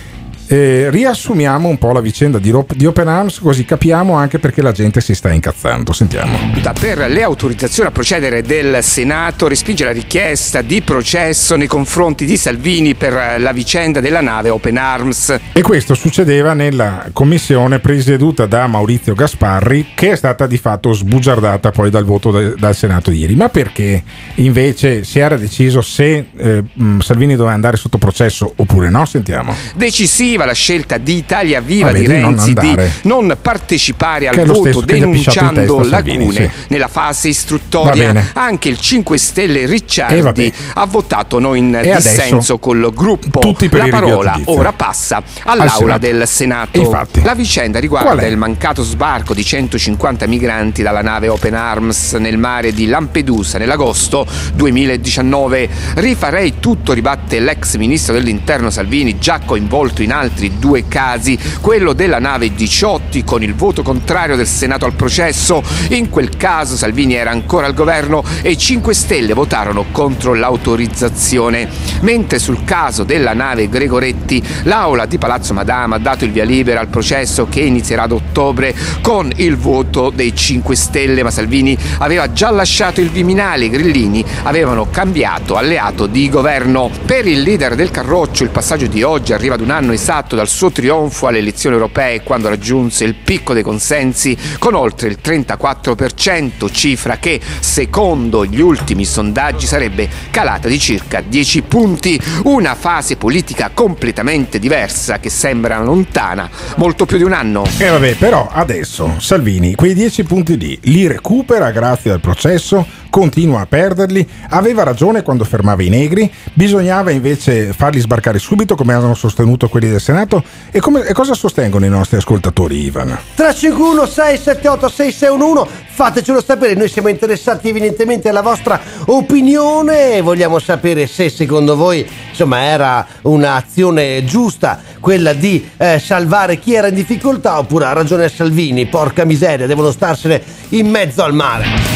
riassumiamo un po' la vicenda di Open Arms, così capiamo anche perché la gente si sta incazzando. Sentiamo. Per le autorizzazioni a procedere del Senato respinge la richiesta di processo nei confronti di Salvini per la vicenda della nave Open Arms. E questo succedeva nella commissione presieduta da Maurizio Gasparri, che è stata di fatto sbugiardata poi dal voto dal Senato ieri. Ma perché invece si era deciso se Salvini doveva andare sotto processo oppure no? Sentiamo. Decisiva la scelta di Italia Viva di Renzi di non partecipare al voto, denunciando lacune nella fase istruttoria. Anche il 5 Stelle Ricciardi ha votato no in dissenso col gruppo. La parola ora passa all'Aula del Senato. Infatti, la vicenda riguarda il mancato sbarco di 150 migranti dalla nave Open Arms nel mare di Lampedusa nell'agosto 2019. Rifarei tutto, ribatte l'ex ministro dell'Interno Salvini, già coinvolto in altri 2 casi, quello della nave Diciotti con il voto contrario del Senato al processo. In quel caso Salvini era ancora al governo e i 5 Stelle votarono contro l'autorizzazione, mentre sul caso della nave Gregoretti l'Aula di Palazzo Madama ha dato il via libera al processo, che inizierà ad ottobre con il voto dei 5 Stelle, ma Salvini aveva già lasciato il Viminale, i grillini avevano cambiato alleato di governo. Per il leader del Carroccio il passaggio di oggi arriva ad un anno esatto dal suo trionfo alle elezioni europee, quando raggiunse il picco dei consensi con oltre il 34%, cifra che secondo gli ultimi sondaggi sarebbe calata di circa 10 punti. Una fase politica completamente diversa che sembra lontana molto più di un anno. E vabbè, però adesso Salvini quei 10 punti lì li recupera grazie al processo, continua a perderli. Aveva ragione quando fermava i negri, bisognava invece farli sbarcare subito, come hanno sostenuto quelli del Senato. E cosa sostengono i nostri ascoltatori, Ivan? 351 678 6611, fatecelo sapere, noi siamo interessati evidentemente alla vostra opinione. Vogliamo sapere se secondo voi insomma era un'azione giusta quella di salvare chi era in difficoltà, oppure ha ragione Salvini, porca miseria, devono starsene in mezzo al mare.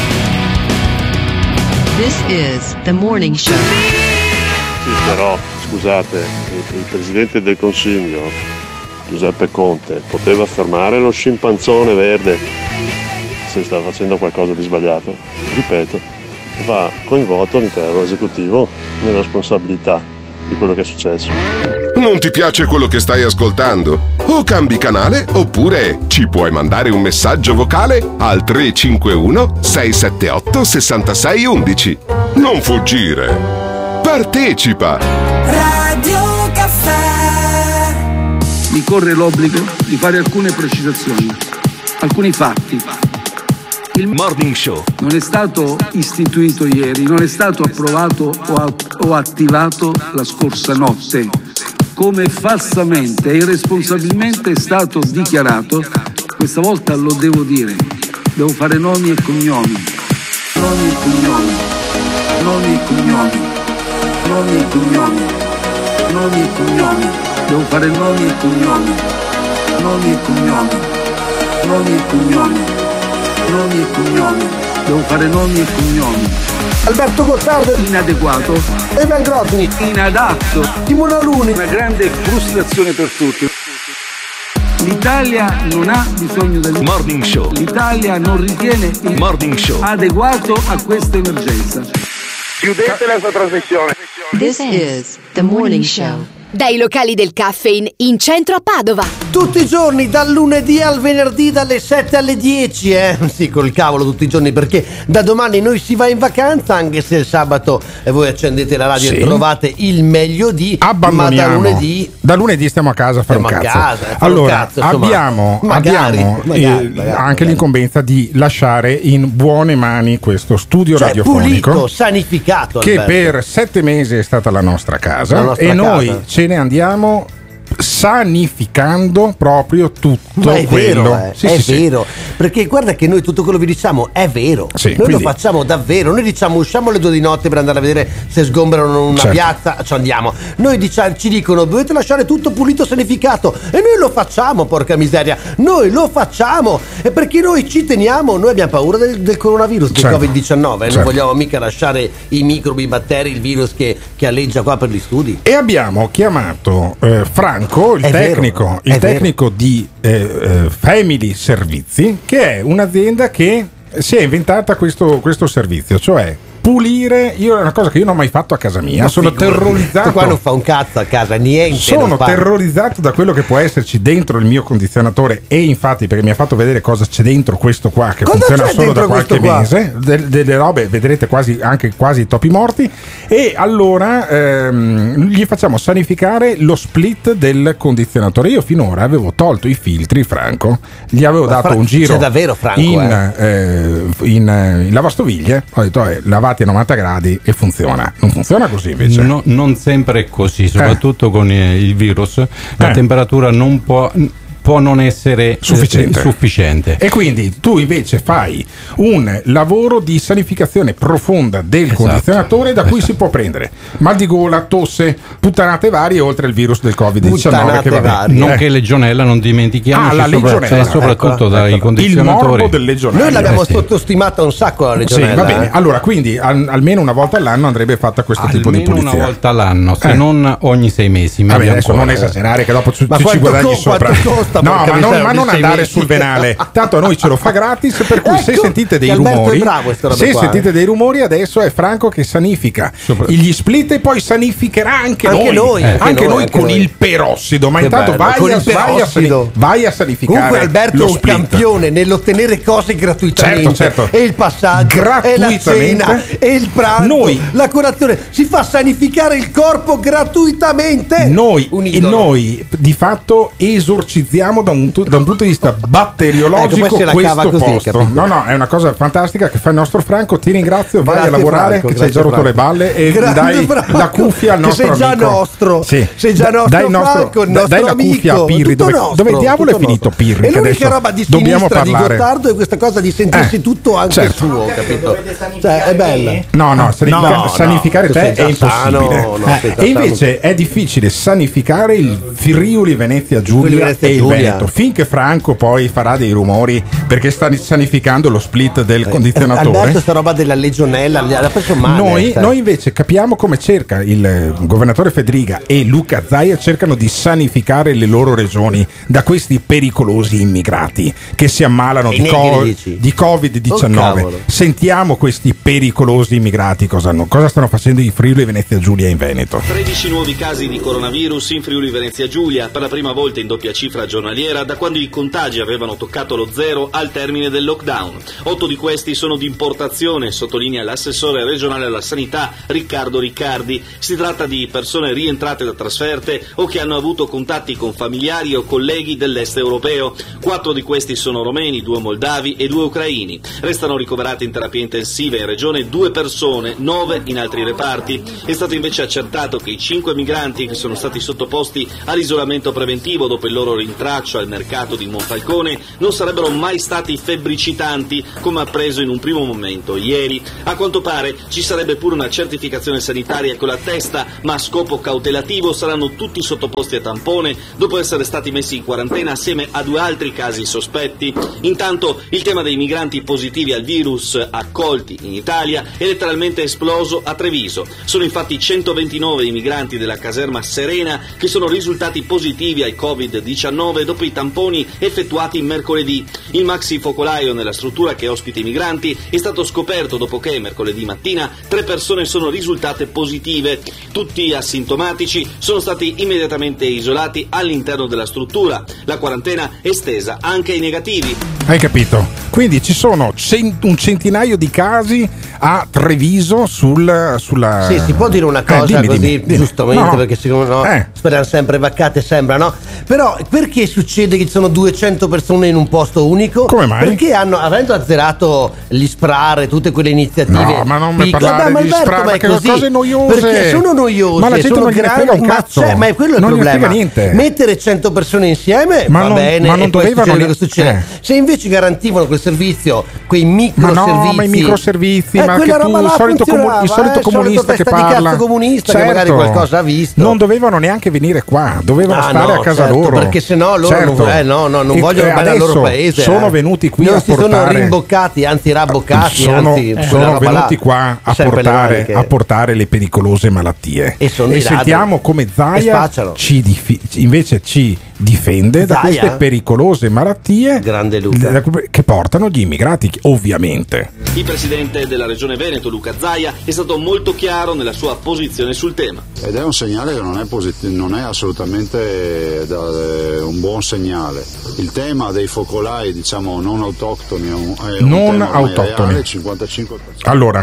This is the morning show. Sì, però, scusate, il Presidente del Consiglio, Giuseppe Conte, poteva fermare lo scimpanzone verde se stava facendo qualcosa di sbagliato. Ripeto, va coinvolto l'intero esecutivo nella responsabilità di quello che è successo. Non ti piace quello che stai ascoltando? O cambi canale oppure ci puoi mandare un messaggio vocale al 351 678 6611. Non fuggire. Partecipa. Radio Caffè. Mi corre l'obbligo di fare alcune precisazioni, alcuni fatti. Il Morning Show non è stato istituito ieri, non è stato approvato o attivato la scorsa notte, come falsamente e irresponsabilmente è stato dichiarato. Questa volta lo devo dire, devo fare nomi e cognomi, nomi e cognomi, nomi e cognomi, nomi e cognomi, nomi e cognomi, devo fare nomi e cognomi, nomi e cognomi, nomi e cognomi, nomi e cognomi, devo fare nomi e cognomi. Alberto Gottardo inadeguato, Evan Grotni inadatto, Simona Alunni, una grande frustrazione per tutti. L'Italia non ha bisogno del Morning Show. L'Italia non ritiene il Morning Show adeguato a questa emergenza. Chiudete la sua trasmissione. This is the morning show. Dai locali del Caffeine in centro a Padova. Tutti i giorni, dal lunedì al venerdì, dalle 7 alle 10, Sì, col cavolo tutti i giorni, perché da domani noi si va in vacanza, anche se il sabato voi accendete la radio e trovate il meglio di... Abbandoniamo. Ma da lunedì stiamo a casa a fare un cazzo. Allora, abbiamo anche l'incombenza di lasciare in buone mani questo studio radiofonico. Pulito, sanificato. Che per 7 mesi è stata la nostra casa e noi ce ne andiamo sanificando proprio tutto. Ma è quello. Vero, è vero, perché guarda che noi tutto quello che vi diciamo è vero, noi quindi... lo facciamo davvero. Noi diciamo usciamo alle 2 di notte per andare a vedere se sgomberano una piazza, ci andiamo. Noi ci dicono dovete lasciare tutto pulito, sanificato, e noi lo facciamo, porca miseria, noi lo facciamo, e perché noi ci teniamo. Noi abbiamo paura del coronavirus, del Covid-19, non vogliamo mica lasciare i microbi, i batteri, il virus che che alleggia qua per gli studi. E abbiamo chiamato Franco, il tecnico di Family Servizi, che è un'azienda che si è inventata questo servizio, cioè pulire. Io è una cosa che io non ho mai fatto a casa mia. Sono terrorizzato. Qua non fa un cazzo a casa, niente. Sono terrorizzato da quello che può esserci dentro il mio condizionatore. E infatti, perché mi ha fatto vedere cosa c'è dentro questo qua, che funziona solo da qualche mese. Delle robe, vedrete quasi i topi morti. E allora gli facciamo sanificare lo split del condizionatore. Io finora avevo tolto i filtri, Franco. Gli avevo dato un giro. C'è davvero, Franco, in lavastoviglie. Ho detto, lavati a 90 gradi e funziona. Non funziona così invece? No, non sempre è così, soprattutto con il virus. La temperatura non può non essere sufficiente. E quindi tu invece fai un lavoro di sanificazione profonda del condizionatore, da cui si può prendere mal di gola, tosse, puttanate varie, oltre il virus del Covid-19 che va bene. Nonché legionella, non dimentichiamo, la legionella, soprattutto dai condizionatori. Il morbo del legionella. Noi l'abbiamo sottostimata un sacco la legionella. Sì, va bene. Allora, quindi almeno una volta all'anno andrebbe fatta questo tipo di pulizia. Una volta all'anno, se non ogni 6 mesi. Vabbè, adesso non esagerare, che dopo ci guadagni sopra. No, ma non andare sul venale. Tanto a noi ce lo fa gratis, per cui se sentite dei rumori, adesso è Franco che sanifica gli split e poi sanificherà anche noi con il perossido. Ma intanto vai a sanificare. Comunque Alberto è un campione nell'ottenere cose gratuitamente. Certo. E il passaggio, e la cena, e il pranzo, la colazione. Si fa sanificare il corpo gratuitamente. Noi di fatto esorcizziamo da un punto di vista batteriologico questo posto. No, è una cosa fantastica che fa il nostro Franco. Ti ringrazio, vai a lavorare, Franco, che ci hai già rotto le balle, e dai la cuffia al nostro amico. Sei già nostro Franco, il nostro dai la amico, cuffia a Pirri. Dove diavolo è finito Pirri? E l'unica roba di sinistra di Gottardo è questa cosa di sentirsi tutto anche suo, capito? Cioè, è bella. No, sanificare te è impossibile. E invece è difficile sanificare il Friuli Venezia Giulia e il Veneto. Finché Franco poi farà dei rumori perché sta sanificando lo split del condizionatore. Alberto, sta roba della legionella l'ha preso male. Noi invece capiamo come cerca il governatore Fedriga e Luca Zaia, cercano di sanificare le loro regioni da questi pericolosi immigrati che si ammalano di Covid-19. Sentiamo questi pericolosi immigrati cosa stanno facendo in Friuli Venezia Giulia e in Veneto. 13 nuovi casi di coronavirus in Friuli Venezia Giulia, per la prima volta in doppia cifra giornaliera da quando i contagi avevano toccato lo zero al termine del lockdown. 8 di questi sono di importazione, sottolinea l'assessore regionale alla sanità Riccardo Riccardi. Si tratta di persone rientrate da trasferte o che hanno avuto contatti con familiari o colleghi dell'est europeo. 4 di questi sono romeni, 2 moldavi e 2 ucraini. Restano ricoverate in terapia intensiva in regione 2 persone, 9 in altri reparti. È stato invece accertato che i 5 migranti che sono stati sottoposti all'isolamento preventivo dopo il loro rintraccio al mercato di Monfalcone non sarebbero mai stati febbricitanti, come appreso in un primo momento ieri. A quanto pare ci sarebbe pure una certificazione sanitaria con la testa, ma a scopo cautelativo saranno tutti sottoposti a tampone dopo essere stati messi in quarantena assieme a 2 altri casi sospetti. Intanto il tema dei migranti positivi al virus accolti in Italia è letteralmente esploso a Treviso. Sono infatti 129 i migranti della caserma Serena che sono risultati positivi al Covid-19 dopo i tamponi effettuati mercoledì. Il maxi focolaio nella struttura che ospita i migranti è stato scoperto dopo che mercoledì mattina 3 persone sono risultate positive. Tutti asintomatici sono stati immediatamente isolati all'interno della struttura. La quarantena è estesa anche ai negativi. Hai capito? Quindi ci sono un centinaio di casi a Treviso sulla... Sì, si può dire una cosa dimmi. Giustamente, no. Perché siccome sperano sempre vaccate, sembra, no? Però perché succede che ci sono 200 persone in un posto unico? Come mai? Perché avendo azzerato gli SPRAR e tutte quelle iniziative, no, ma non mi parlare degli SPRAR, perché sono cose noiose. Perché sono noiose, ma la gente non gliene frega un cazzo. Ma è quello il non problema. Niente. Mettere 100 persone insieme va bene, ma non e poi dovevano succede. Se invece garantivano quel servizio, quei microservizi, ma i microservizi, ma che tu, il solito comunista che parla, comunista, che magari qualcosa ha visto. Non dovevano neanche venire qua, dovevano stare a casa loro, perché sennò loro non vogliono bene al loro paese. Sono venuti qui non a si sono rimboccati, anzi rabboccati, sono venuti qua a portare le pericolose malattie. E sentiamo come Zaia invece ci difende da queste pericolose malattie che portano gli immigrati, ovviamente. Il presidente della regione Veneto, Luca Zaia, è stato molto chiaro nella sua posizione sul tema. Ed è un segnale che non è assolutamente un buon segnale. Il tema dei focolai, diciamo, non autoctoni è un tema autoctoni. Reale, 55%. Allora,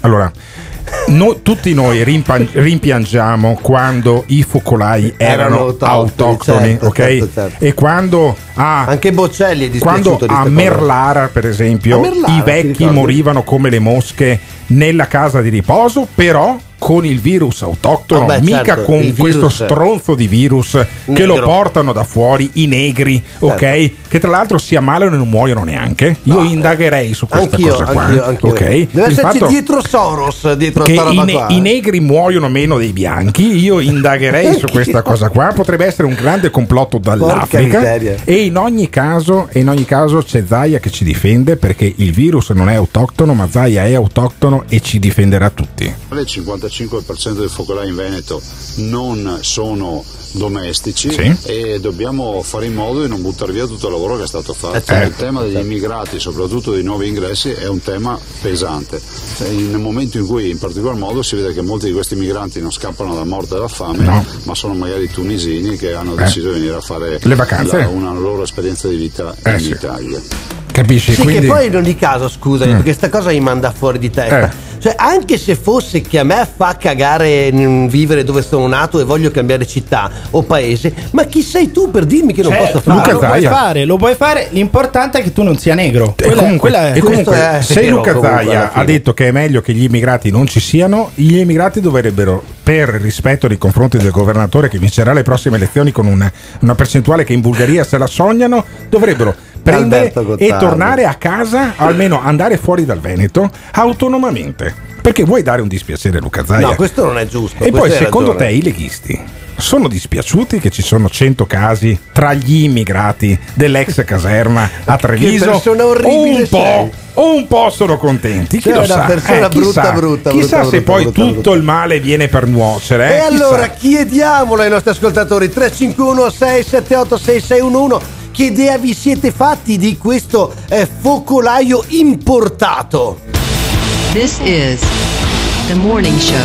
tutti noi rimpiangiamo quando i focolai erano autoctoni, ok? Certo. E quando anche Boccelli è dispiaciuto quando a Merlara, per esempio, i vecchi morivano come le mosche nella casa di riposo, però con il virus autoctono, mica con questo stronzo di virus che lo portano da fuori i negri, ok? Che tra l'altro si ammalano e non muoiono neanche. Io indagherei su questa cosa qua. Anch'io. Okay? Deve esserci dietro Soros, dietro che i negri muoiono meno dei bianchi. Io indagherei su questa cosa qua. Potrebbe essere un grande complotto dall'Africa. E in ogni caso c'è Zaia che ci difende, perché il virus non è autoctono, ma Zaia è autoctono e ci difenderà tutti. Il 55% dei focolai in Veneto non sono domestici, e dobbiamo fare in modo di non buttare via tutto il lavoro che è stato fatto. Il tema degli immigrati, soprattutto dei nuovi ingressi, è un tema pesante. Nel momento in cui in particolar modo si vede che molti di questi migranti non scappano dalla morte e dalla fame, ma sono magari tunisini che hanno deciso di venire a fare le vacanze, una loro esperienza di vita in Italia. Capisci? Sì, quindi... che poi in ogni caso, scusami, perché sta cosa mi manda fuori di testa. Cioè, anche se fosse che a me fa cagare vivere dove sono nato e voglio cambiare città o paese, ma chi sei tu per dirmi che non posso fare? Lo puoi fare, l'importante è che tu non sia negro. Comunque, se Luca Zaia ha detto che è meglio che gli immigrati non ci siano, gli immigrati dovrebbero, per rispetto nei confronti del governatore che vincerà le prossime elezioni con una percentuale che in Bulgaria se la sognano, dovrebbero prendere e tornare a casa, almeno andare fuori dal Veneto autonomamente. Perché vuoi dare un dispiacere a Luca Zaia? No, questo non è giusto. E poi secondo te i leghisti sono dispiaciuti che ci sono 100 casi tra gli immigrati dell'ex caserma a Treviso? Che persona orribile o un po' sono contenti, chi lo sa? Una persona brutta. Chissà se poi tutto il male viene per nuocere. E allora chiediamolo ai nostri ascoltatori: 351 678 6611. Che idea vi siete fatti di questo focolaio importato? This is the morning show.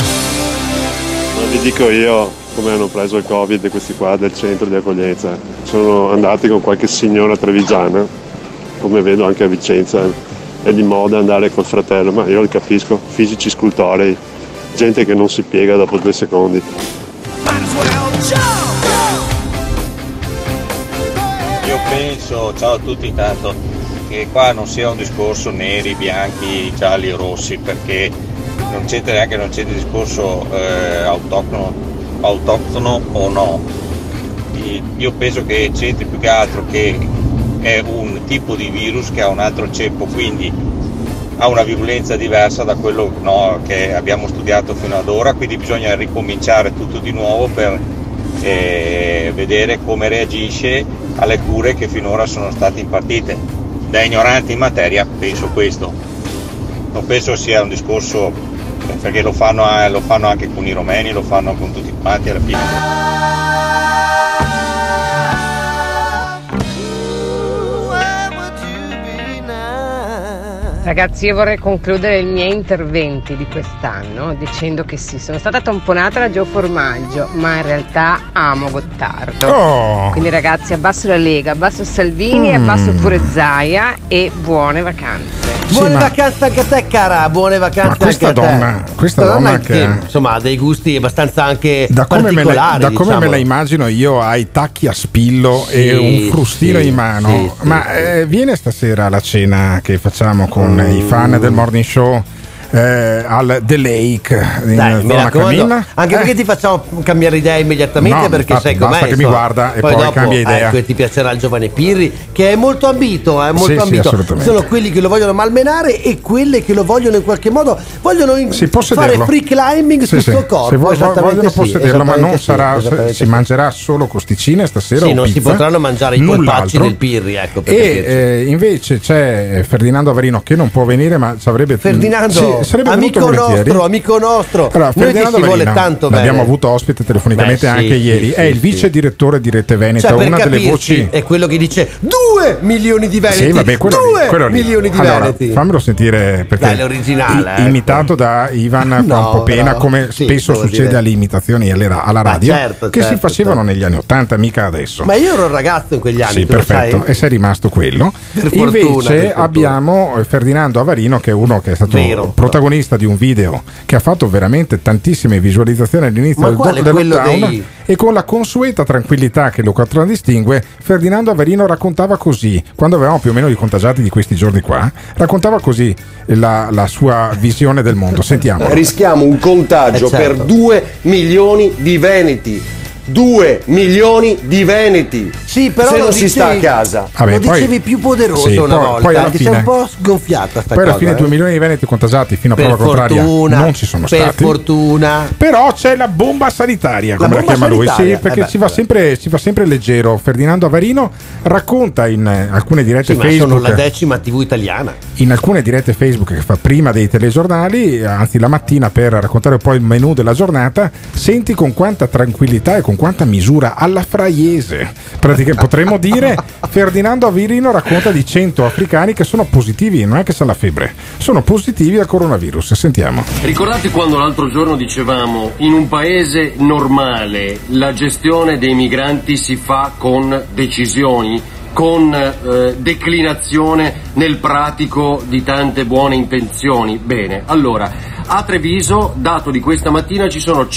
Ma vi dico io come hanno preso il Covid questi qua del centro di accoglienza. Sono andati con qualche signora trevigiana, come vedo anche a Vicenza è di moda andare col fratello, ma io li capisco, fisici scultorei, gente che non si piega dopo 2 secondi. Io penso, ciao a tutti intanto, che qua non sia un discorso neri, bianchi, gialli o rossi, perché non c'entra il discorso autoctono o no. Io penso che c'entri più che altro che è un tipo di virus che ha un altro ceppo, quindi ha una virulenza diversa da quello che abbiamo studiato fino ad ora, quindi bisogna ricominciare tutto di nuovo per vedere come reagisce alle cure che finora sono state impartite. Da ignoranti in materia penso questo, non penso sia un discorso, perché lo fanno anche con i romeni, lo fanno con tutti quanti alla fine. Ragazzi, io vorrei concludere i miei interventi di quest'anno dicendo che sì, sono stata tamponata da Gio Formaggio, ma in realtà amo Gottardo. Quindi ragazzi, abbasso la Lega, abbasso Salvini, abbasso pure Zaia e buone vacanze. Buone vacanze anche a te, cara, buone vacanze anche a te. Questa donna che insomma ha dei gusti abbastanza anche particolari. Da come me la immagino io, ha i tacchi a spillo e un frustino in mano. Ma viene stasera alla cena che facciamo con i fan del Morning Show al The Lake in Dai, zona Camilla. Anche perché ti facciamo cambiare idea immediatamente, No, perché infatti, sai com'è. basta che mi guarda e poi dopo, cambia idea. Ecco, ti piacerà il giovane Pirri, che è molto ambito, Sì, ambito. assolutamente. Sono quelli che lo vogliono malmenare e quelle che lo vogliono in qualche modo fare sederlo. free climbing sul suo corpo. Se esattamente vogliono sì, possederlo, ma non esattamente sarà, sì, esattamente si sì. mangerà solo costicine stasera Sì, o non si pizza, potranno mangiare i polpacci null'altro. del Pirri, ecco. E invece c'è Ferdinando Avarino che non può venire, ma sarebbe Ferdinando, sarebbe amico nostro. Allora, Noi ti Ferdinando si vuole Avarino, tanto bene. l'abbiamo avuto ospite telefonicamente Beh, sì, anche ieri. È il sì. vice direttore di Rete Veneta, Cioè, per una delle capirci, voci. è quello che dice 2 milioni di veneti. Sì, vabbè, quello lì. Milioni di Allora, veneti. fammelo sentire, perché Dai, l'originale, imitato da Ivan Pampopena, però, come sì, spesso devo succede dire. alle imitazioni alla radio, certo, che si certo, facevano negli anni '80, mica adesso. Ma io ero un ragazzo in quegli anni. Sì, tu lo perfetto, sai? e sei rimasto quello. Per Invece fortuna, per fortuna. abbiamo Ferdinando Avarino, che è uno che è stato protagonista di un video che ha fatto veramente tantissime visualizzazioni all'inizio del lockdown, e con la consueta tranquillità che lo contraddistingue, Ferdinando Avarino raccontava così, quando avevamo più o meno i contagiati di questi giorni qua, raccontava così la sua visione del mondo. Sentiamo. Rischiamo un contagio certo. per 2 milioni di veneti. 2 milioni di veneti. Sì, però se lo non si sta a casa. Vabbè, lo poi- dicevi più poderoso sì, una poi volta. alla Ti sei fine- un po' sgonfiata sta Poi alla cosa. fine 2 milioni di veneti contagiati fino a Per prova contraria fortuna, non ci sono per stati. fortuna. Però c'è la bomba sanitaria, come la bomba chiama lui, sanitaria, sì, perché beh, ci va sempre leggero. Ferdinando Avarino racconta in alcune dirette Sì, ma sono Facebook, la 10ª TV italiana. in alcune dirette Facebook che fa prima dei telegiornali, anzi la mattina, per raccontare poi il menù della giornata. Senti con quanta tranquillità e con quanta misura alla fraiese. Potremmo dire, Ferdinando Avarino racconta di 100 africani che sono positivi, non è che c'è la febbre, sono positivi al coronavirus. Sentiamo. Ricordate quando l'altro giorno dicevamo in un paese normale la gestione dei migranti si fa con decisioni, con declinazione nel pratico di tante buone intenzioni? Bene, allora a Treviso, dato di questa mattina, ci sono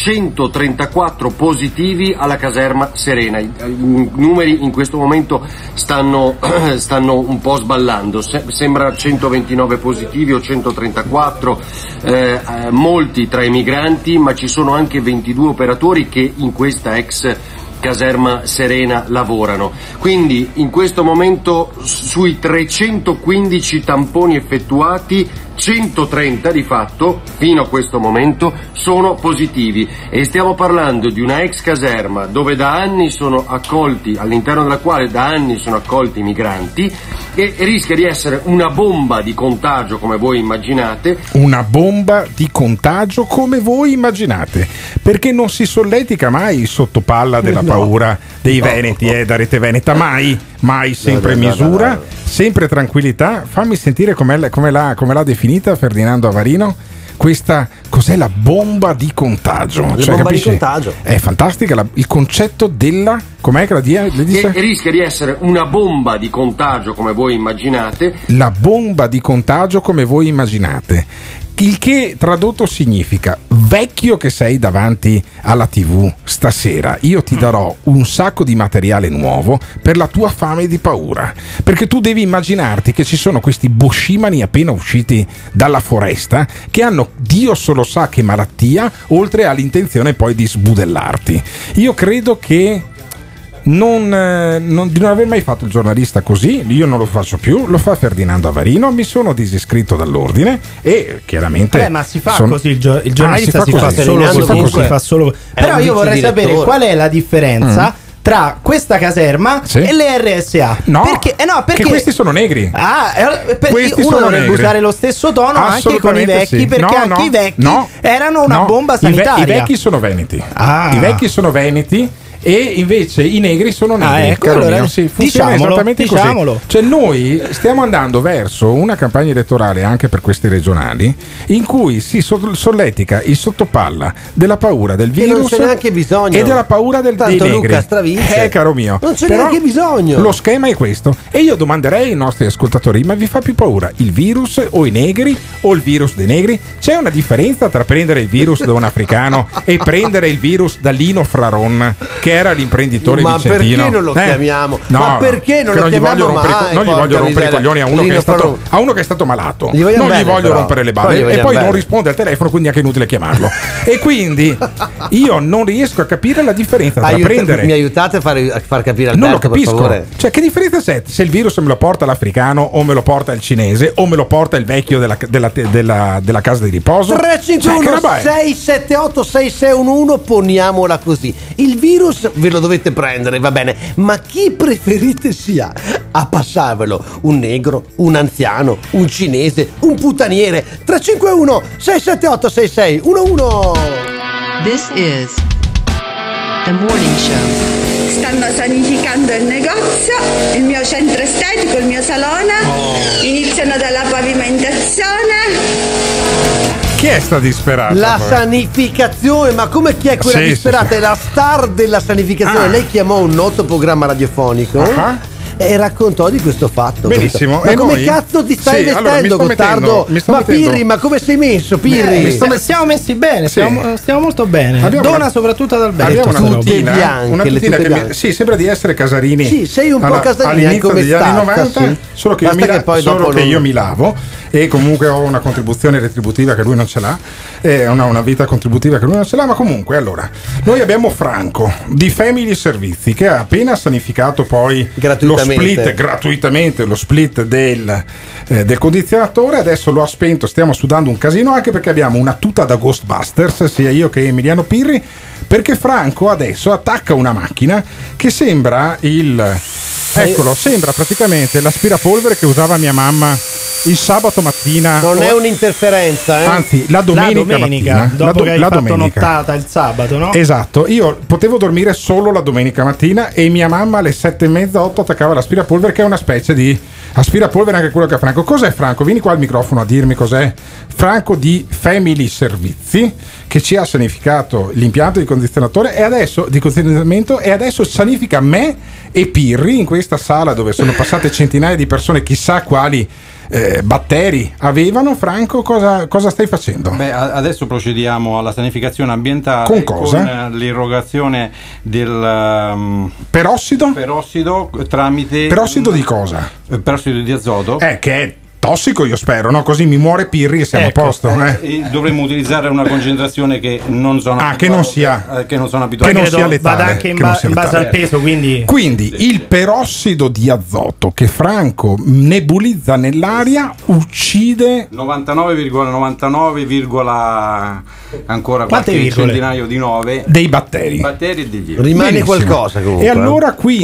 134 positivi alla caserma Serena. I numeri in questo momento stanno un po' sballando, sembra 129 positivi o 134, molti tra i migranti, ma ci sono anche 22 operatori che in questa ex caserma Serena lavorano. Quindi in questo momento sui 315 tamponi effettuati, 130 di fatto fino a questo momento sono positivi, e stiamo parlando di una ex caserma dove da anni sono accolti, all'interno della quale da anni sono accolti i migranti, e rischia di essere una bomba di contagio, come voi immaginate. Una bomba di contagio come voi immaginate, perché non si solletica mai sotto palla della paura dei veneti, da Rete Veneta, mai, sempre misura, sempre tranquillità. Fammi sentire come l'ha definita Ferdinando Avarino. Questa cos'è la bomba di contagio? La bomba capisci? di contagio. È fantastica il concetto della, com'è che le dice? Che rischia di essere una bomba di contagio, come voi immaginate. La bomba di contagio come voi immaginate. Il che tradotto significa: vecchio che sei davanti alla TV stasera, io ti darò un sacco di materiale nuovo per la tua fame di paura, perché tu devi immaginarti che ci sono questi boscimani appena usciti dalla foresta che hanno Dio solo sa che malattia, oltre all'intenzione poi di sbudellarti. Io credo che di non aver mai fatto il giornalista così, io non lo faccio più, lo fa Ferdinando Avarino. Mi sono disiscritto dall'ordine e chiaramente ma si fa così il giornalista si fa solo così. Però io vorrei sapere qual è la differenza tra questa caserma e le RSA. Perché questi sono negri. Perché uno dovrebbe usare lo stesso tono anche con i vecchi, perché anche i vecchi erano una bomba sanitaria. I vecchi sono veneti. I vecchi sono veneti. E invece i negri sono negri, caro mio. Sì, funziona esattamente così. Cioè noi stiamo andando verso una campagna elettorale anche per queste regionali in cui si solletica il sottopalla della paura del virus, non c'è neanche bisogno, e della paura dei negri. Luca stravince. Caro mio, non c'è però neanche bisogno. Lo schema è questo, e io domanderei ai nostri ascoltatori: ma vi fa più paura il virus o i negri o il virus dei negri? C'è una differenza tra prendere il virus da un africano e prendere il virus da Lino Fraron, che che era l'imprenditore ma vicentino. Ma perché non lo chiamiamo? No, ma perché non lo chiamiamo mai? Non gli voglio rompere i coglioni a uno che è stato malato. Non gli voglio rompere le balle. E poi non risponde al telefono, quindi è anche inutile chiamarlo. E quindi io non riesco a capire la differenza tra prendere. Mi aiutate a far capire al non lo capisco. Per favore. Cioè, che differenza c'è se il virus me lo porta l'africano o me lo porta il cinese o me lo porta il vecchio della casa di riposo? 351 678 6611, poniamola così. Il virus ve lo dovete prendere, va bene, ma chi preferite sia a passarvelo? Un negro, un anziano, un cinese, un puttaniere? 351 678 6611. This is The Morning Show. Stanno sanificando il negozio, il mio centro estetico, il mio salone. Iniziano dalla pavimentazione. Chi è sta disperata? La poi? Sanificazione, ma come chi è quella disperata? Sì. È la star della sanificazione. Lei chiamò un noto programma radiofonico e raccontò di questo fatto. Benissimo. Ma come cazzo ti stai vestendo, Gottardo? Ma Pirri, ma come sei messo, Pirri? Stiamo messi bene, stiamo molto bene. Dona soprattutto ad Alberto. Abbiamo una tutina che sì, sembra di essere Casarini. Sì, sei un po' Casarini all'inizio degli anni 90, solo che io mi lavo e comunque ho una contribuzione retributiva che lui non ce l'ha, una vita contributiva che lui non ce l'ha, ma comunque allora noi abbiamo Franco di Family Servizi che ha appena sanificato poi gratuitamente lo split del condizionatore, adesso lo ha spento, stiamo sudando un casino anche perché abbiamo una tuta da Ghostbusters sia io che Emiliano Pirri, perché Franco adesso attacca una macchina che sembra sembra praticamente l'aspirapolvere che usava mia mamma il sabato mattina. Non è un'interferenza, anzi la domenica mattina, dopo che hai fatto nottata il sabato, no? Esatto, io potevo dormire solo la domenica mattina e mia mamma alle 7:30, 8 attaccava l'aspirapolvere, che è una specie di aspirapolvere anche quello che ha Franco. Cos'è Franco? Vieni qua al microfono a dirmi cos'è. Franco di Family Servizi, che ci ha sanificato l'impianto di condizionatore e adesso di condizionamento e adesso sanifica me e Pirri in questa sala dove sono passate centinaia di persone, chissà quali batteri avevano. Franco, cosa stai facendo? Beh, adesso procediamo alla sanificazione ambientale con cosa? Con l'irrogazione del perossido tramite perossido di cosa? Perossido di azoto, che è tossico, io spero, no? Così mi muore Pirri e siamo a posto. Dovremmo utilizzare una concentrazione che non sono che non sono abituato, che non sia letale, vada anche in base al peso, quindi il perossido di azoto che Franco nebulizza nell'aria uccide 99,99, ancora qualche centinaio di 9 dei batteri e degli rimane benissimo. Qualcosa comunque. E allora quindi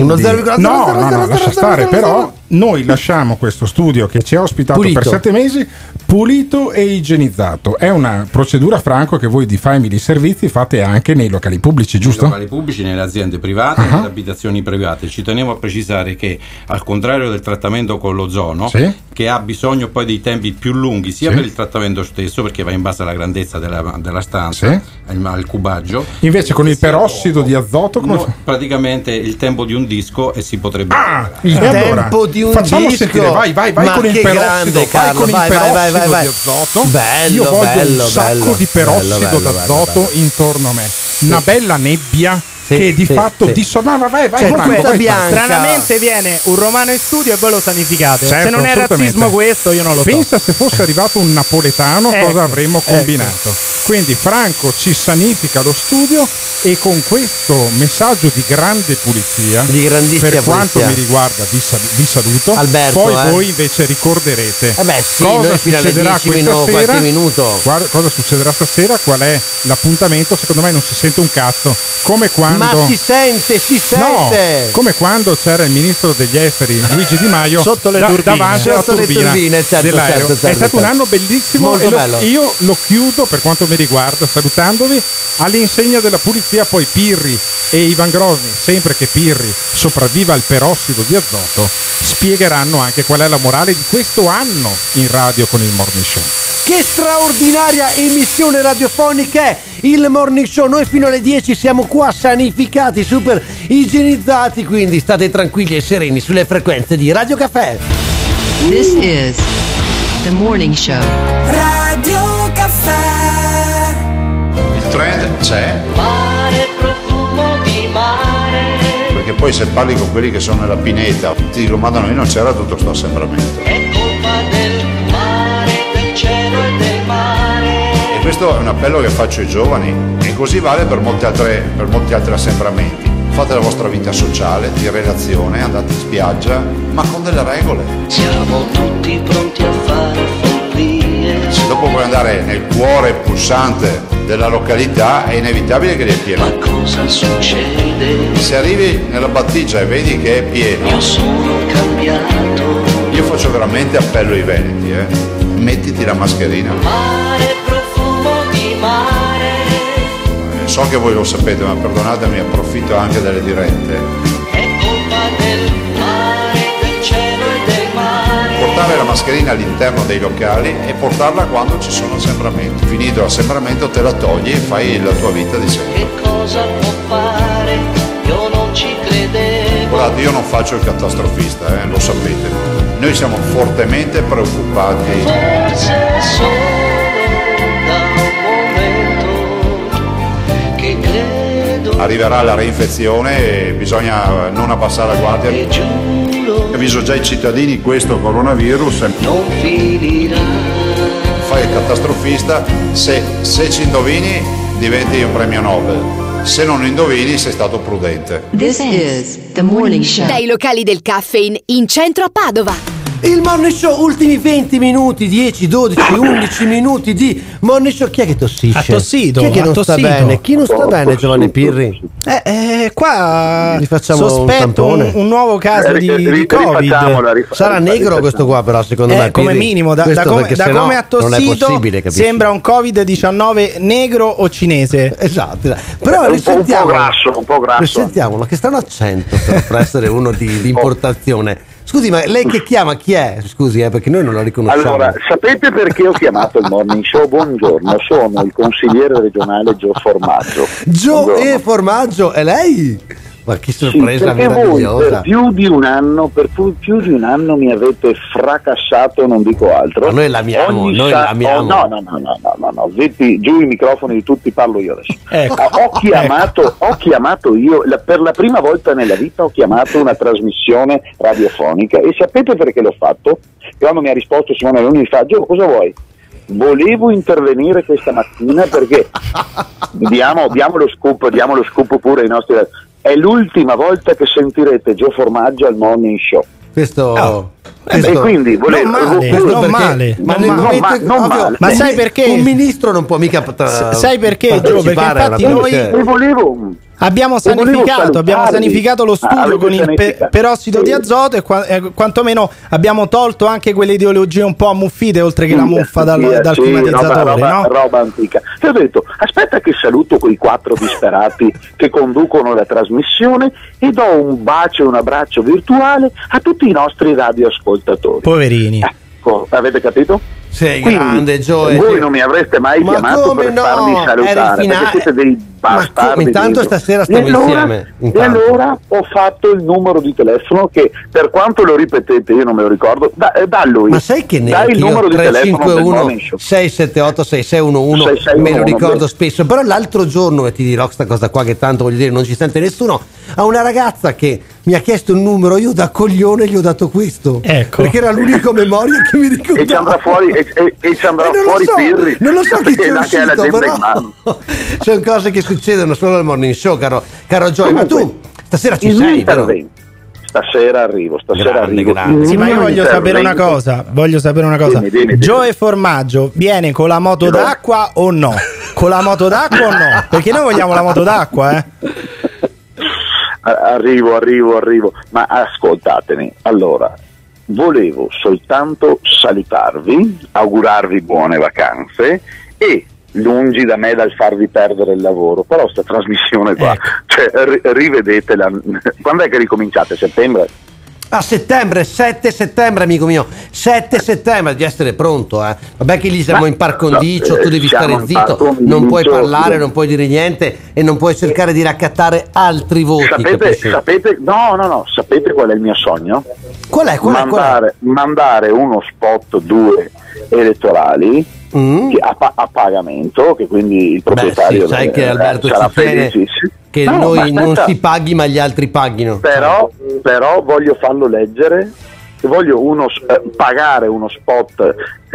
lascia stare, però noi lasciamo questo studio che ci ha ospitato per 7 mesi pulito e igienizzato. È una procedura, Franco, che voi di Family Servizi fate anche nei locali pubblici, giusto? Nei locali pubblici, nelle aziende private, nelle abitazioni private. Ci tenevo a precisare che al contrario del trattamento con l'ozono, che ha bisogno poi dei tempi più lunghi sia per il trattamento stesso, perché va in base alla grandezza della stanza, al cubaggio, invece con il perossido di azoto praticamente il tempo di un disco e si potrebbe il tempo di un facciamo disco. Sentire, vai con il perossido, vai di azoto. Bello, io voglio un sacco di perossido d'azoto intorno a me, una bella nebbia che di fatto dissonava. Vai stranamente viene un romano in studio e voi lo sanificate. Se non è razzismo questo, io non lo so. Pensa se fosse arrivato un napoletano cosa avremmo combinato. Quindi Franco ci sanifica lo studio e con questo messaggio di grande pulizia, per quanto mi riguarda vi saluto. Alberto, poi voi invece ricorderete cosa succederà questa sera. Cosa succederà stasera, qual è l'appuntamento. Secondo me non si sente un cazzo, come quando ma si sente. No, come quando c'era il ministro degli esteri Luigi Di Maio sotto le turbine, davanti alla turbina dell'aereo. È stato un anno bellissimo e io lo chiudo per quanto mi riguarda salutandovi all'insegna della pulizia. Poi Pirri e Ivan Grosni, sempre che Pirri sopravviva al perossido di azoto, spiegheranno anche qual è la morale di questo anno in radio con il Morning Show. Che straordinaria emissione radiofonica è il Morning Show. Noi fino alle 10 siamo qua sanificati, super igienizzati, quindi state tranquilli e sereni sulle frequenze di Radio Caffè. This is The Morning Show. Radio Caffè. Il trend c'è. Mare, profumo di mare. perché poi se parli con quelli che sono nella pineta ti dicono ma da noi non c'era tutto sto assembramento. È colpa del mare, del cielo e del mare. E questo è un appello che faccio ai giovani e così vale per molti altri assembramenti. Fate la vostra vita sociale, di relazione, andate in spiaggia, ma con delle regole. Siamo tutti pronti a fare follie. Se dopo vuoi andare nel cuore pulsante della località è inevitabile che è pieno. Ma cosa succede? Se arrivi nella battigia e vedi che è pieno, io sono cambiato. Io faccio veramente appello ai veneti, mettiti la mascherina. Mare, profumo di mare. So che voi lo sapete, ma perdonatemi, approfitto anche delle dirette. È colpa del mare, del cielo e del mare. Portare la mascherina all'interno dei locali e portarla quando ci sono assembramenti. Finito l'assembramento te la togli e fai la tua vita di sempre. Che cosa può fare? Io non ci credevo. Guardate, io non faccio il catastrofista, lo sapete. Noi siamo fortemente preoccupati. Forse solo da un momento che credo. Arriverà la reinfezione e bisogna non abbassare la guardia. Avviso già i cittadini, questo coronavirus non finirà. Fai il catastrofista, se ci indovini diventi un premio Nobel, se non indovini sei stato prudente. This is the morning show. Dai locali del Caffeine in centro a Padova. Il Morning Show, ultimi 20 minuti, 10, 12, 11 minuti di Morning Show. Chi è che tossisce? Ha tossito. Chi è che non sta bene? Chi non sta bene, Giovanni Pirri? Qua gli facciamo sospetto un nuovo caso di Covid. Sarà negro questo qua, però secondo me come Pirri, minimo da come ha tossito sembra un Covid-19 negro o cinese. Esatto. Però un po' grasso. Risentiamolo, che strano accento per essere uno di importazione. Scusi, ma lei che chiama chi è? Scusi, perché noi non la riconosciamo. Allora, sapete perché ho chiamato il Morning Show? Buongiorno, sono il consigliere regionale Gio Formaggio. Gio Formaggio, è lei? Ma che sorpresa meravigliosa. Per più di un anno mi avete fracassato, non dico altro. Ma noi l'amiamo, No, zitti giù i microfoni di tutti, parlo io adesso. Ecco. Ho chiamato io, per la prima volta nella vita ho chiamato una trasmissione radiofonica e sapete perché l'ho fatto? Quando mi ha risposto Simone Alunni mi fa: Gio, cosa vuoi? Volevo intervenire questa mattina perché diamo lo scoop pure ai nostri. È l'ultima volta che sentirete Gio Formaggio al Morning Show. E quindi non male. Ma sai perché? Un ministro non può mica sai perché, Gio? Perché infatti noi abbiamo sanificato lo studio con il perossido di azoto e quantomeno abbiamo tolto anche quelle ideologie un po' ammuffite oltre che la muffa dal climatizzatore, roba antica. Ti ho detto, aspetta che saluto quei 4 disperati che conducono la trasmissione e do un bacio e un abbraccio virtuale a tutti i nostri radioascoltatori. Poverini. Avete capito? Sei grande, Gio. Voi non mi avreste mai chiamato per farmi salutare, perché siete dei bastardi. Intanto stasera stiamo insieme. E allora ho fatto il numero di telefono che, per quanto lo ripetete, io non me lo ricordo, da lui. Ma sai che dai il numero di telefono 351 678 6611 me lo ricordo spesso. Però l'altro giorno, e ti dirò questa cosa qua che tanto voglio dire non ci sente nessuno, a una ragazza che mi ha chiesto il numero, io da coglione gli ho dato questo, perché era l'unico memoria che mi ricordavo. E ci andrà fuori Pirri. Non lo so che c'è uscito, però sono cose che succedono solo al Morning Show, caro Joy. Ma tu stasera ci sei, vero? Stasera arrivo. Sì, ma io voglio sapere una cosa. Dimmi. Gioe Formaggio viene con la moto d'acqua o no? Con la moto d'acqua o no? Perché noi vogliamo la moto d'acqua, Arrivo, ma ascoltatemi. Allora, volevo soltanto salutarvi, augurarvi buone vacanze e lungi da me dal farvi perdere il lavoro, però sta trasmissione qua, rivedetela. Quando è che ricominciate? Settembre? A settembre, 7 settembre, amico mio, 7 settembre, di essere pronto, Vabbè che lì siamo in par condicio, tu devi stare zitto, non puoi parlare, non puoi dire niente e non puoi cercare di raccattare altri voti. Sapete qual è il mio sogno? Qual è? Mandare uno spot 2 elettorali a pagamento, che quindi il proprietario sai che Alberto sarà ci tiene, che non si paghi ma gli altri paghino. Però voglio farlo leggere, voglio pagare uno spot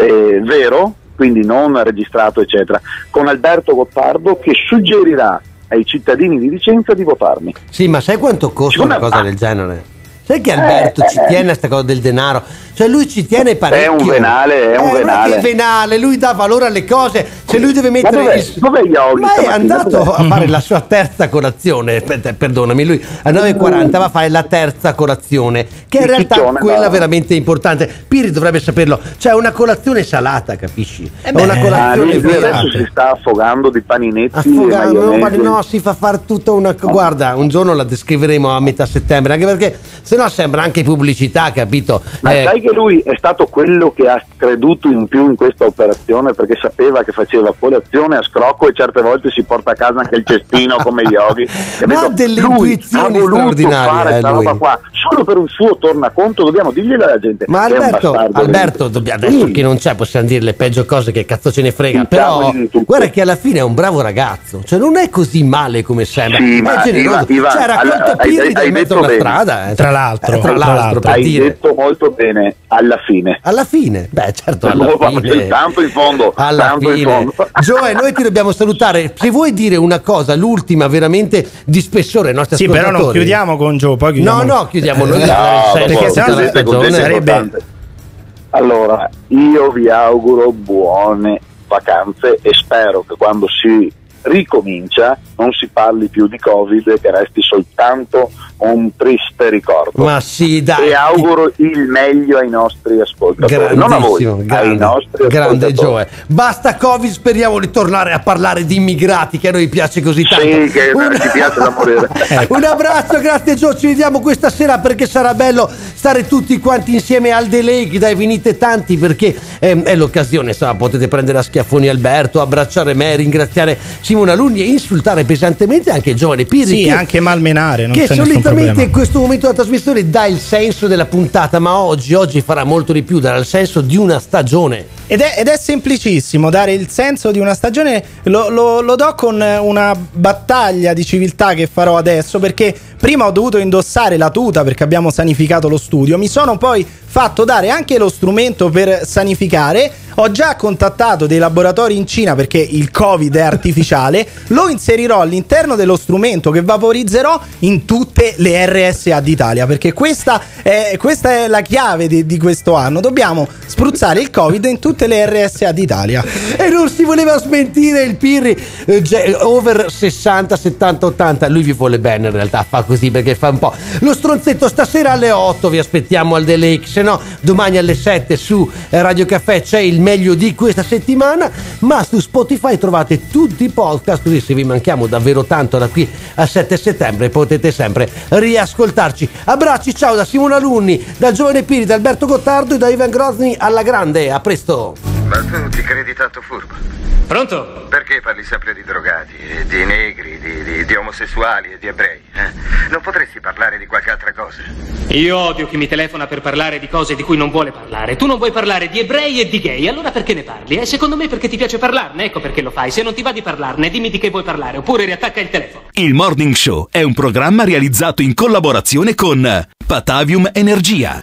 vero, quindi non registrato eccetera, con Alberto Gottardo che suggerirà ai cittadini di Vicenza di votarmi. Sì, ma sai quanto costa una cosa del genere? Sai che Alberto ci tiene a questa cosa del denaro? Cioè lui ci tiene parecchio. È un venale. Che venale, lui dà valore alle cose. Se lui deve mettere. Dov'è Yogi? Ma è andato a fare la sua terza colazione. Perdonami, lui a 9:40 va a fare la terza colazione, che in realtà è quella veramente importante. Piri dovrebbe saperlo. Cioè una colazione salata, capisci? Una colazione vera. Adesso si sta affogando di paninetti. No, si fa fare tutta una. Guarda, un giorno la descriveremo a metà settembre, anche perché sennò sembra anche pubblicità, capito? Ma sai che lui è stato quello che ha creduto in più in questa operazione, perché sapeva che faceva colazione a scrocco e certe volte si porta a casa anche il cestino come Yogi. Ma delle intuizioni straordinarie, fare questa roba qua solo per un suo tornaconto, dobbiamo dirglielo alla gente. Ma Alberto, adesso che non c'è possiamo dire le peggio cose, che cazzo ce ne frega, però guarda che alla fine è un bravo ragazzo, cioè non è così male come sembra. Sì, ma cioè raccolto Pirri dal mezzo alla strada, tra l'altro hai detto molto bene, alla fine, beh certo, alla fine. Tanto in fondo, Gioè, noi ti dobbiamo salutare. Se vuoi dire una cosa, l'ultima veramente di spessore ai nostri ascoltatori. Però non chiudiamo con Gio, poi chiudiamo. No, chiudiamo noi, perché sennò la stagione sarebbe. Allora, io vi auguro buone vacanze e spero che quando si ricomincia non si parli più di Covid e che resti soltanto un triste ricordo. Ma sì, dai. E auguro il meglio ai nostri ascoltatori, non a voi, ai nostri grande Gioe. Basta Covid, speriamo di tornare a parlare di immigrati, che a noi piace così tanto. Sì, che ci piace da morire. Un abbraccio, grazie Gio, ci vediamo questa sera perché sarà bello stare tutti quanti insieme al The Lake. Dai, venite tanti perché è l'occasione, insomma, potete prendere a schiaffoni Alberto, abbracciare me, ringraziare Simona Alunni e insultare pesantemente anche Giovane Pirri. Sì, anche malmenare, non che c'è nessun problema. In questo momento della trasmissione dà il senso della puntata, ma oggi farà molto di più, darà il senso di una stagione. Ed è semplicissimo dare il senso di una stagione, lo do con una battaglia di civiltà che farò adesso, perché prima ho dovuto indossare la tuta perché abbiamo sanificato lo studio, mi sono poi fatto dare anche lo strumento per sanificare, ho già contattato dei laboratori in Cina perché il Covid è artificiale, lo inserirò all'interno dello strumento che vaporizzerò in tutte le RSA d'Italia, perché questa è la chiave di questo anno, dobbiamo spruzzare il Covid in tutte le RSA d'Italia. E non si voleva smentire il Pirri, over 60, 70, 80, lui vi vuole bene in realtà, fa così perché fa un po' lo stronzetto. Stasera alle 8 vi aspettiamo al The Lake, se no domani alle 7 su Radio Caffè c'è il meglio di questa settimana, ma su Spotify trovate tutti i podcast, così se vi manchiamo davvero tanto da qui a 7 settembre potete sempre riascoltarci. Abbracci, ciao da Simona Alunni, da Giovane Pirri, da Alberto Gottardo e da Ivan Grozny alla grande, a presto. Ma tu ti credi tanto furbo? Pronto? Perché parli sempre di drogati, di negri, di omosessuali e di ebrei? Non potresti parlare di qualche altra cosa? Io odio chi mi telefona per parlare di cose di cui non vuole parlare. Tu non vuoi parlare di ebrei e di gay, allora perché ne parli? Secondo me perché ti piace parlarne, ecco perché lo fai. Se non ti va di parlarne, dimmi di che vuoi parlare, oppure riattacca il telefono. Il Morning Show è un programma realizzato in collaborazione con Patavium Energia.